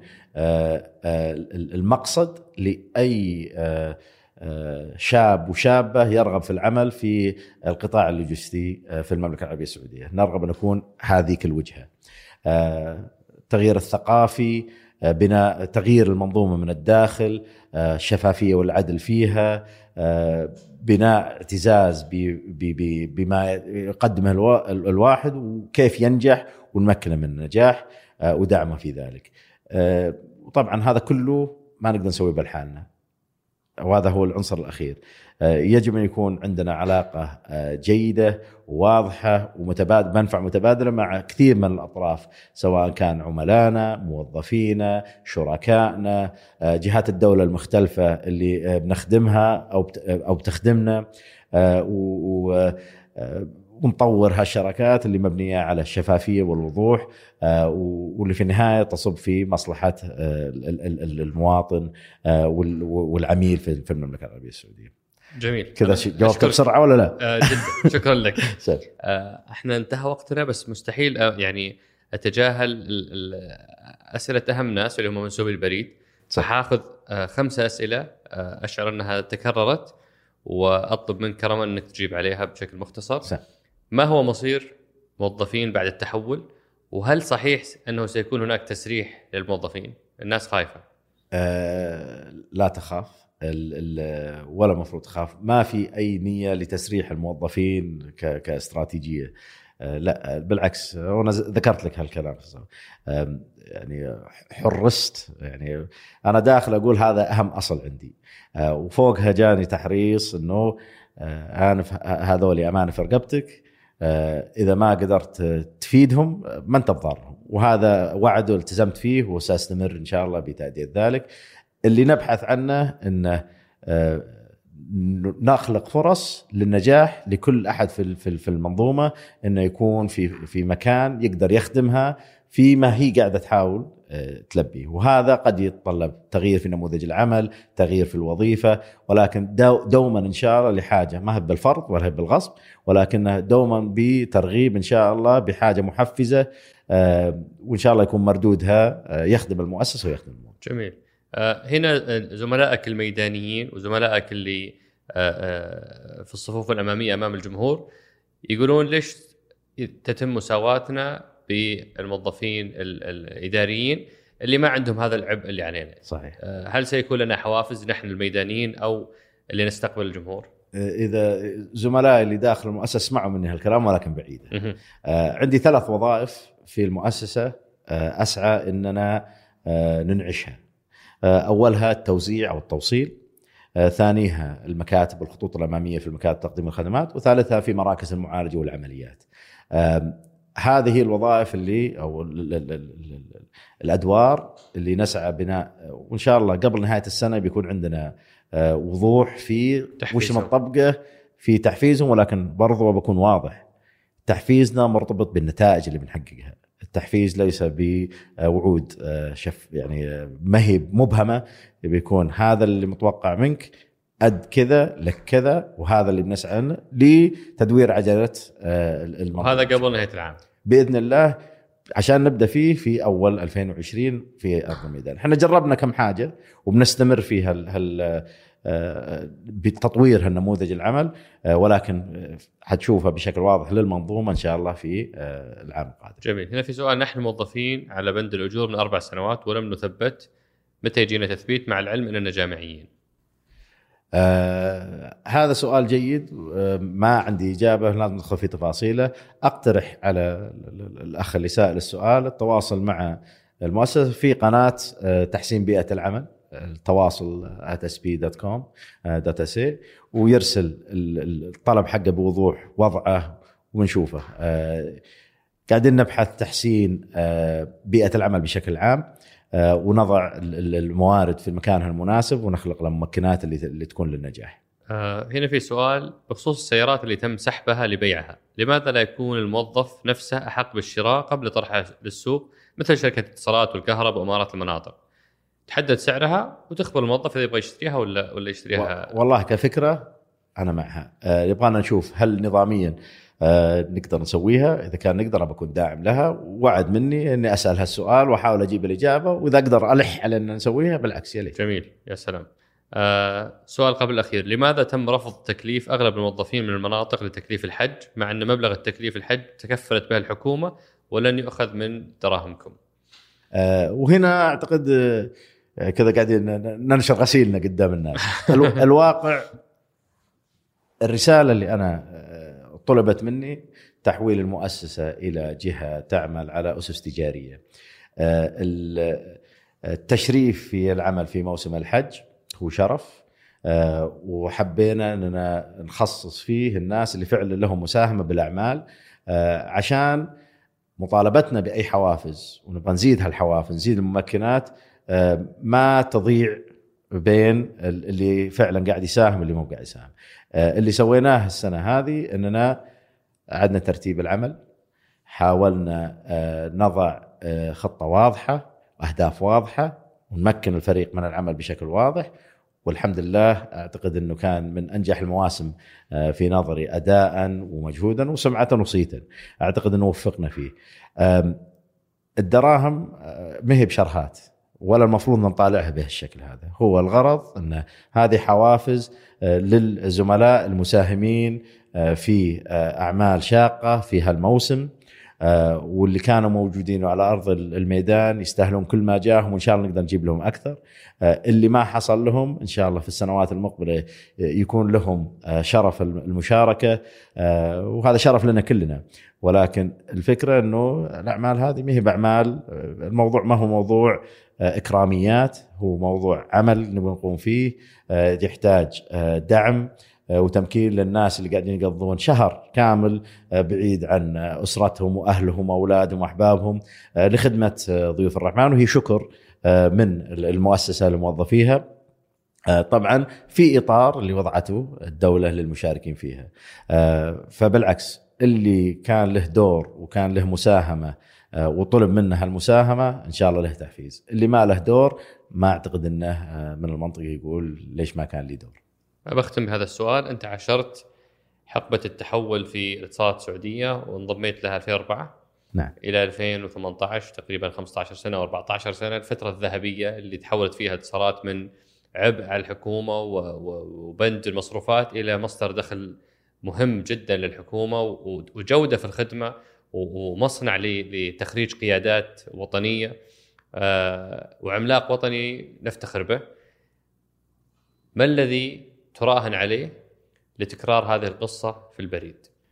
[SPEAKER 3] المقصد لأي شاب وشابة يرغب في العمل في القطاع اللوجستي في المملكة العربية السعودية. نرغب أن نكون هذه الوجهة، تغيير الثقافي، بناء تغيير المنظومة من الداخل، الشفافية والعدل فيها، بناء اعتزاز بما يقدمه الواحد وكيف ينجح ونمكنه من النجاح ودعمه في ذلك. وطبعا هذا كله ما نقدر نسويه بالحالنا، وهذا هو العنصر الأخير. يجب أن يكون عندنا علاقة جيدة وواضحة ومتبادل منفعة متبادلة مع كثير من الأطراف، سواء كان عملانا، موظفينا، شركائنا، جهات الدولة المختلفة اللي بنخدمها أو أو بتخدمنا، ونطور هالشراكات اللي مبنية على الشفافية والوضوح، واللي في النهاية تصب في مصلحة المواطن والعميل في المملكة العربية السعودية.
[SPEAKER 1] جميل.
[SPEAKER 3] كذا جاوبت بسرعة ولا لا؟
[SPEAKER 1] آه جدا شكرا لك. آه احنا انتهى وقتنا، بس مستحيل آه يعني اتجاهل الأسئلة أهم ناس اللي هم منسوبي البريد. سأخذ آه خمسة أسئلة آه أشعر أنها تكررت، وأطلب منك كرما أنك تجيب عليها بشكل مختصر. صح. ما هو مصير موظفين بعد التحول؟ وهل صحيح أنه سيكون هناك تسريح للموظفين؟ الناس خايفة.
[SPEAKER 3] آه لا تخاف ال ال ولا مفروض تخاف. ما في أي نية لتسريح الموظفين كاستراتيجية. آه لا بالعكس، أنا ذكرت لك هالكلام. آه يعني حرست، يعني أنا داخل أقول هذا أهم أصل عندي، آه وفوقها جاني تحريص إنه آه أنا هذولي أمانة في رقبتك، آه إذا ما قدرت تفيدهم ما أنت بضارهم، وهذا وعد والتزمت فيه وسأستمر إن شاء الله بتأدية ذلك. اللي نبحث عنه إنه آه نخلق فرص للنجاح لكل أحد في في المنظومة، إنه يكون في في مكان يقدر يخدمها فيما هي قاعدة تحاول تلبيه، وهذا قد يتطلب تغيير في نموذج العمل، تغيير في الوظيفة، ولكن دو دوما إن شاء الله لحاجة ما هي بالفرض ولا هي بالغصب، ولكنه دوما بترغيب إن شاء الله بحاجة محفزة، وإن شاء الله يكون مردودها يخدم المؤسسة ويخدم الموظف.
[SPEAKER 1] جميل. هنا زملائك الميدانيين وزملائك اللي في الصفوف الأمامية أمام الجمهور يقولون ليش تتم مساواتنا بالموظفين الإداريين اللي ما عندهم هذا العبء اللي علينا؟
[SPEAKER 3] صحيح.
[SPEAKER 1] هل سيكون لنا حوافز نحن الميدانيين أو اللي نستقبل الجمهور؟
[SPEAKER 3] إذا زملائي اللي داخل المؤسسة سمعوا مني هالكلام ولكن بعيدة. عندي ثلاث وظائف في المؤسسة أسعى إننا ننعشها. أولها التوزيع أو التوصيل، ثانيها المكاتب والخطوط الأمامية في المكاتب تقديم الخدمات، وثالثها في مراكز المعالجة والعمليات. هذه الوظائف اللي أو ال ال ال الأدوار اللي نسعى بناء، وإن شاء الله قبل نهاية السنة بيكون عندنا وضوح في وش نطبقه في تحفيزهم، ولكن برضو بكون واضح تحفيزنا مرتبط بالنتائج اللي بنحققها. التحفيز ليس بوعود شف يعني مهب مبهمة، بيكون هذا اللي متوقع منك قد كذا لك كذا، وهذا اللي بنسعى له لتدوير عجلة المنظومة،
[SPEAKER 1] وهذا قبل نهاية العام
[SPEAKER 3] بإذن الله، عشان نبدأ فيه في أول ألفين وعشرين في أرض الميدان. احنا جربنا كم حاجة وبنستمر في هال بتطوير هالنموذج العمل، ولكن حتشوفها بشكل واضح للمنظومة إن شاء الله في العام القادم.
[SPEAKER 1] جميل. هنا في سؤال: نحن موظفين على بند الأجور من أربع سنوات ولم نثبت، متى يجينا تثبيت مع العلم أننا جامعيين؟
[SPEAKER 3] آه هذا سؤال جيد، آه ما عندي إجابة، لازم ندخل في تفاصيله. أقترح على الأخ اللي سائل السؤال التواصل مع المؤسسة في قناة آه تحسين بيئة العمل، التواصل آت إس بي دوت كوم دوت إس إيه، ويرسل الطلب حقه بوضوح وضعه ونشوفه. آه قاعدين نبحث تحسين آه بيئة العمل بشكل عام، آه ونضع الموارد في مكانها المناسب ونخلق الممكنات اللي اللي تكون للنجاح.
[SPEAKER 1] آه هنا في سؤال بخصوص السيارات اللي تم سحبها لبيعها، لماذا لا يكون الموظف نفسه أحق بالشراء قبل طرحها للسوق مثل شركة الاتصالات والكهرباء وإمارات المناطق؟ تحدد سعرها وتخبر الموظف إذا يبغى يشتريها ولا ولا يشتريها.
[SPEAKER 3] والله كفكرة أنا معها. آه يبغانا نشوف هل نظاميا آه نقدر نسويها. إذا كان نقدر بكون داعم لها، ووعد مني إني أسأل هالسؤال وأحاول أجيب الإجابة، وإذا أقدر ألح على أن نسويها بالعكس يا ليت.
[SPEAKER 1] جميل، يا سلام. آه سؤال قبل الأخير: لماذا تم رفض تكليف أغلب الموظفين من المناطق لتكليف الحج مع أن مبلغ التكليف الحج تكفلت به الحكومة ولن يؤخذ من دراهمكم؟
[SPEAKER 3] آه وهنا أعتقد آه كذا قاعدين ننشر غسيلنا قدام الناس. الواقع الرسالة اللي أنا آه طلبت مني تحويل المؤسسة إلى جهة تعمل على أسس تجارية. آه التشريف في العمل في موسم الحج هو شرف، أه وحبينا أننا نخصص فيه الناس اللي فعلا لهم مساهمة بالأعمال، أه عشان مطالبتنا بأي حوافز ونبغى نزيد هالحوافز، نزيد الممكنات، أه ما تضيع بين اللي فعلا قاعد يساهم واللي مو قاعد يساهم. أه اللي سويناه السنة هذه أننا عدنا ترتيب العمل، حاولنا أه نضع أه خطة واضحة وأهداف واضحة ونمكن الفريق من العمل بشكل واضح، والحمد لله أعتقد أنه كان من أنجح المواسم في نظري أداء ومجهودا وسمعة وصيتا. أعتقد أنه وفقنا فيه. الدراهم ما هي بشرهات ولا المفروض نطالعها بهالشكل هذا. هو الغرض أن هذه حوافز للزملاء المساهمين في أعمال شاقة في هالموسم، آه واللي كانوا موجودين على أرض الميدان يستاهلون كل ما جاهم، وإن شاء الله نقدر نجيب لهم أكثر. آه اللي ما حصل لهم إن شاء الله في السنوات المقبلة يكون لهم آه شرف المشاركة، آه وهذا شرف لنا كلنا. ولكن الفكرة أنه الأعمال هذه ما هي بأعمال، الموضوع ما هو موضوع آه إكراميات، هو موضوع عمل نبغى نقوم فيه، آه يحتاج آه دعم وتمكين للناس اللي قاعدين يقضون شهر كامل بعيد عن أسرتهم وأهلهم وأولادهم وأحبابهم لخدمة ضيوف الرحمن، وهي شكر من المؤسسة لموظفيها طبعا في إطار اللي وضعته الدولة للمشاركين فيها. فبالعكس اللي كان له دور وكان له مساهمة وطلب منه المساهمة إن شاء الله له تحفيز. اللي ما له دور ما أعتقد أنه من المنطقي يقول ليش ما كان لي دور.
[SPEAKER 1] بختم بهذا السؤال: أنت عاشرت حقبة التحول في الاتصالات السعودية وانضميت لها ألفين وأربعة
[SPEAKER 3] نعم.
[SPEAKER 1] إلى ألفين وثمانية عشر، تقريبا خمسة عشر سنة وأربعة عشر سنة، الفترة الذهبية اللي تحولت فيها الاتصالات من عبء على الحكومة وبند المصروفات إلى مصدر دخل مهم جدا للحكومة وجودة في الخدمة ومصنع لتخريج قيادات وطنية وعملاق وطني نفتخر به. ما الذي تراهن عليه لتكرار هذه القصة في البريد؟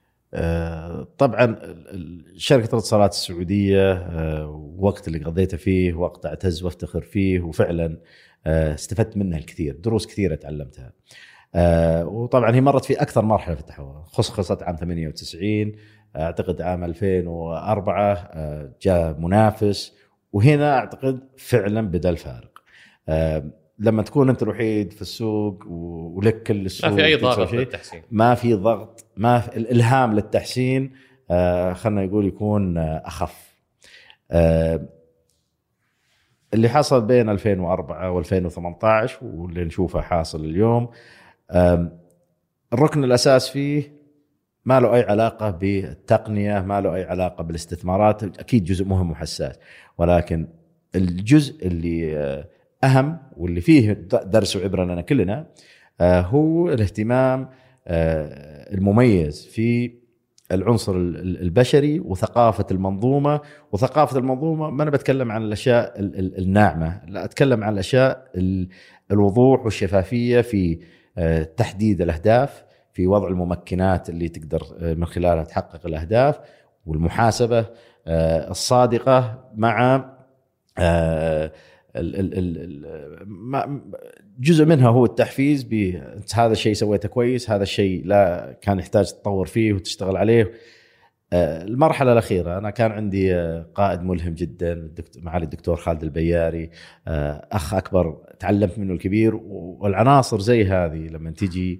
[SPEAKER 3] آه طبعا شركة الاتصالات السعودية آه وقت اللي قضيته فيه وقت أعتز وافتخر فيه، وفعلا آه استفدت منها الكثير، دروس كثيرة تعلمتها. آه وطبعا هي مرت في أكثر مرحلة في التحول، خصخصت عام ثمانية وتسعين، أعتقد عام ألفين وأربعة آه جاء منافس، وهنا أعتقد فعلا بدأ الفارق. آه لما تكون أنت الوحيد في السوق ولك كل السوق،
[SPEAKER 1] ما في أي ضغط للتحسين،
[SPEAKER 3] ما في ضغط، ما في الإلهام للتحسين، آه خلنا يقول يكون آه أخف. آه اللي حصل بين ألفين وأربعة وألفين وثمانية عشر واللي نشوفه حاصل اليوم، آه الركن الأساس فيه ما له أي علاقة بالتقنية، ما له أي علاقة بالاستثمارات، أكيد جزء مهم وحساس، ولكن الجزء اللي آه أهم واللي فيه درس وعبرة لنا كلنا هو الاهتمام المميز في العنصر البشري وثقافة المنظومة. وثقافة المنظومة ما أنا بتكلم عن الأشياء الناعمة، لا أتكلم عن الأشياء الوضوح والشفافية في تحديد الأهداف، في وضع الممكنات اللي تقدر من خلالها تحقق الأهداف، والمحاسبة الصادقة مع جزء منها هو التحفيز ب هذا الشيء سويته كويس، هذا الشيء لا كان يحتاج تطور فيه وتشتغل عليه. المرحلة الأخيرة أنا كان عندي قائد ملهم جدا معالي الدكتور خالد البياري، أخ أكبر تعلمت منه الكبير. والعناصر زي هذه لما تيجي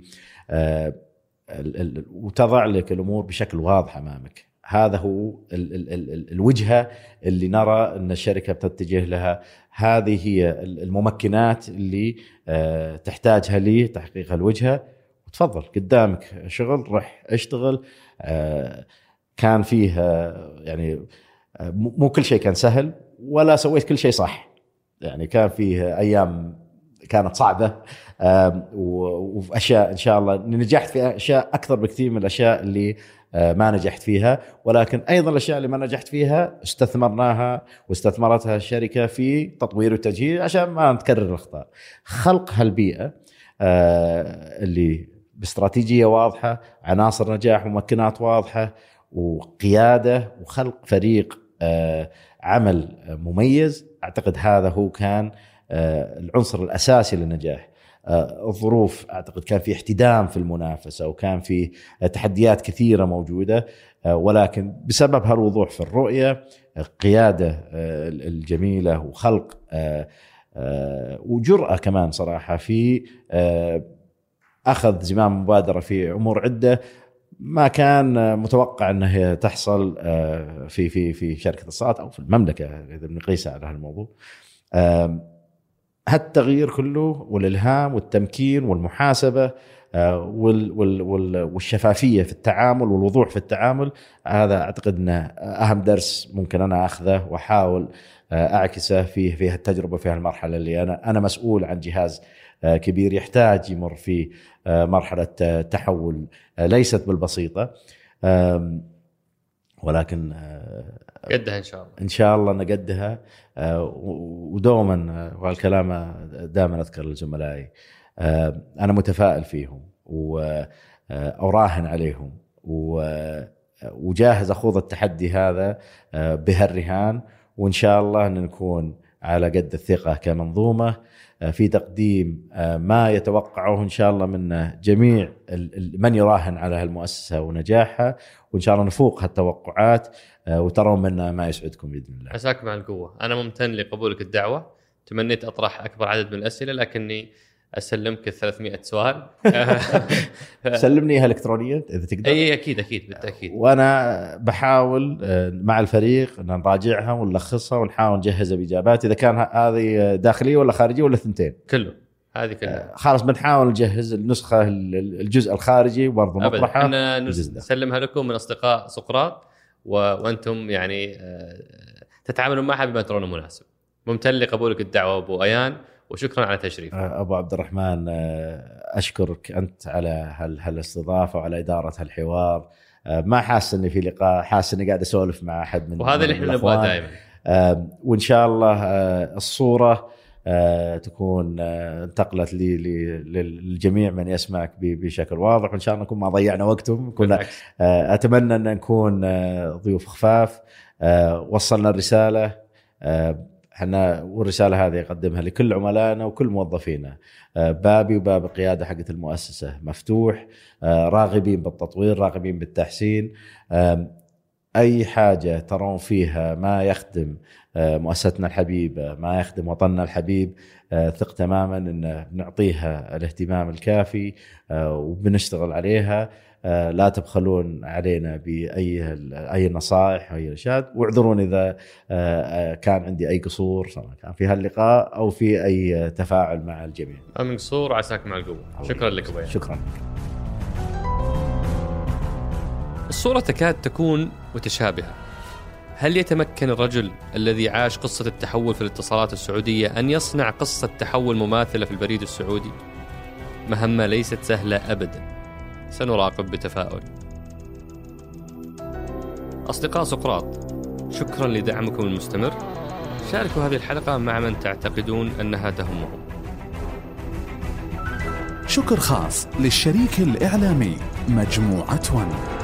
[SPEAKER 3] وتضع لك الأمور بشكل واضح أمامك، هذا هو ال ال ال الوجهة اللي نرى أن الشركة بتتجه لها. هذه هي الممكنات اللي تحتاجها لتحقيق الوجهة. وتفضل قدامك شغل، رح اشتغل. كان فيه يعني مو كل شيء كان سهل ولا سويت كل شيء صح، يعني كان فيه أيام كانت صعبة وفي أشياء إن شاء الله نجحت في أشياء أكثر بكثير من الأشياء اللي ما نجحت فيها. ولكن أيضا الأشياء اللي ما نجحت فيها استثمرناها واستثمرتها الشركة في تطوير وتجهيز عشان ما نتكرر الأخطاء. خلق هالبيئة اللي باستراتيجية واضحة، عناصر نجاح وممكنات واضحة، وقيادة وخلق فريق عمل مميز. أعتقد هذا هو كان العنصر الأساسي للنجاح. الظروف أعتقد كان في احتدام في المنافسة وكان في تحديات كثيرة موجودة، ولكن بسبب هالوضوح في الرؤية، قيادة الجميلة وخلق وجرأة كمان صراحة في أخذ زمام مبادرة في أمور عدة ما كان متوقع أنها تحصل في في في شركة اتصالات أو في المملكة إذا بنقيسها على هالموضوع. هالتغيير كله والإلهام والتمكين والمحاسبة والشفافية في التعامل والوضوح في التعامل، هذا أعتقد أنه أهم درس ممكن أنا أخذه وأحاول أعكسه في في هالتجربة في هالمرحلة اللي أنا أنا مسؤول عن جهاز كبير يحتاج يمر في مرحلة تحول ليست بالبسيطة، ولكن
[SPEAKER 1] قدها إن شاء الله
[SPEAKER 3] إن شاء الله نقدها. ودوما والكلام دائما أذكر لزملائي أنا متفائل فيهم وأراهن عليهم وجاهز أخوض التحدي هذا بهالرهان، وإن شاء الله أن نكون على قد الثقة كمنظومة في تقديم ما يتوقعه إن شاء الله من جميع من يراهن على هالمؤسسة ونجاحها، وإن شاء الله نفوق هالتوقعات وترون منا ما يسعدكم بإذن الله.
[SPEAKER 1] عساكم على القوة. أنا ممتن لقبولك الدعوة، تمنيت أطرح أكبر عدد من الأسئلة لكني أسلمك ثلاثمائة سؤال.
[SPEAKER 3] سلمني إلكترونيا إذا تقدر.
[SPEAKER 1] أي أكيد أكيد بالتأكيد.
[SPEAKER 3] وأنا بحاول مع الفريق أن نراجعها ونلخصها ونحاول نجهزها بإجابات، إذا كان هذه داخلية ولا خارجية ولا ثنتين.
[SPEAKER 1] كله هذه كلها.
[SPEAKER 3] خلاص بنحاول نجهز النسخة الجزء الخارجي وبرضه نطرحها.
[SPEAKER 1] أنا نسلمها لكم من أصدقاء سقراط و... وأنتم يعني تتعاملون معها بما ترون مناسب. ممتن لقبولك الدعوة أبو أيان، وشكرا على تشريفك.
[SPEAKER 3] أبو عبد الرحمن، أشكرك أنت على هالاستضافة وعلى إدارة هالحوار. ما حاسس إني في لقاء، حاسس إني قاعد أسولف مع أحد من
[SPEAKER 1] وهذا اللي إحنا نبغاه دائما.
[SPEAKER 3] وإن شاء الله الصورة تكون انتقلت لي للجميع من يسمعك بشكل واضح، وإن شاء الله نكون ما ضيعنا وقتهم. كنا أتمنى أن نكون ضيوف خفاف، وصلنا الرسالة احنا، والرسالة هذه أقدمها لكل عملائنا وكل موظفينا. بابي وباب القيادة حقت المؤسسة مفتوح، راغبين بالتطوير، راغبين بالتحسين. أي حاجة ترون فيها ما يخدم مؤسستنا الحبيبة، ما يخدم وطننا الحبيب، ثق تماما أن نعطيها الاهتمام الكافي وبنشتغل عليها. لا تبخلون علينا بأي أي نصائح أو أي إرشاد، واعذرون إذا كان عندي أي قصور سواء كان في هاللقاء أو في أي تفاعل مع الجميع.
[SPEAKER 1] من قصور عساك مع القوة. شكرا لك أبو.
[SPEAKER 3] شكرا.
[SPEAKER 1] الصورة تكاد تكون متشابهة. هل يتمكن الرجل الذي عاش قصة التحول في الاتصالات السعودية أن يصنع قصة تحول مماثلة في البريد السعودي؟ مهمة ليست سهلة أبدا، سنراقب بتفاؤل. أصدقاء سقراط، شكرا لدعمكم المستمر. شاركوا هذه الحلقة مع من تعتقدون أنها تهمهم.
[SPEAKER 2] شكر خاص للشريك الإعلامي مجموعة ون.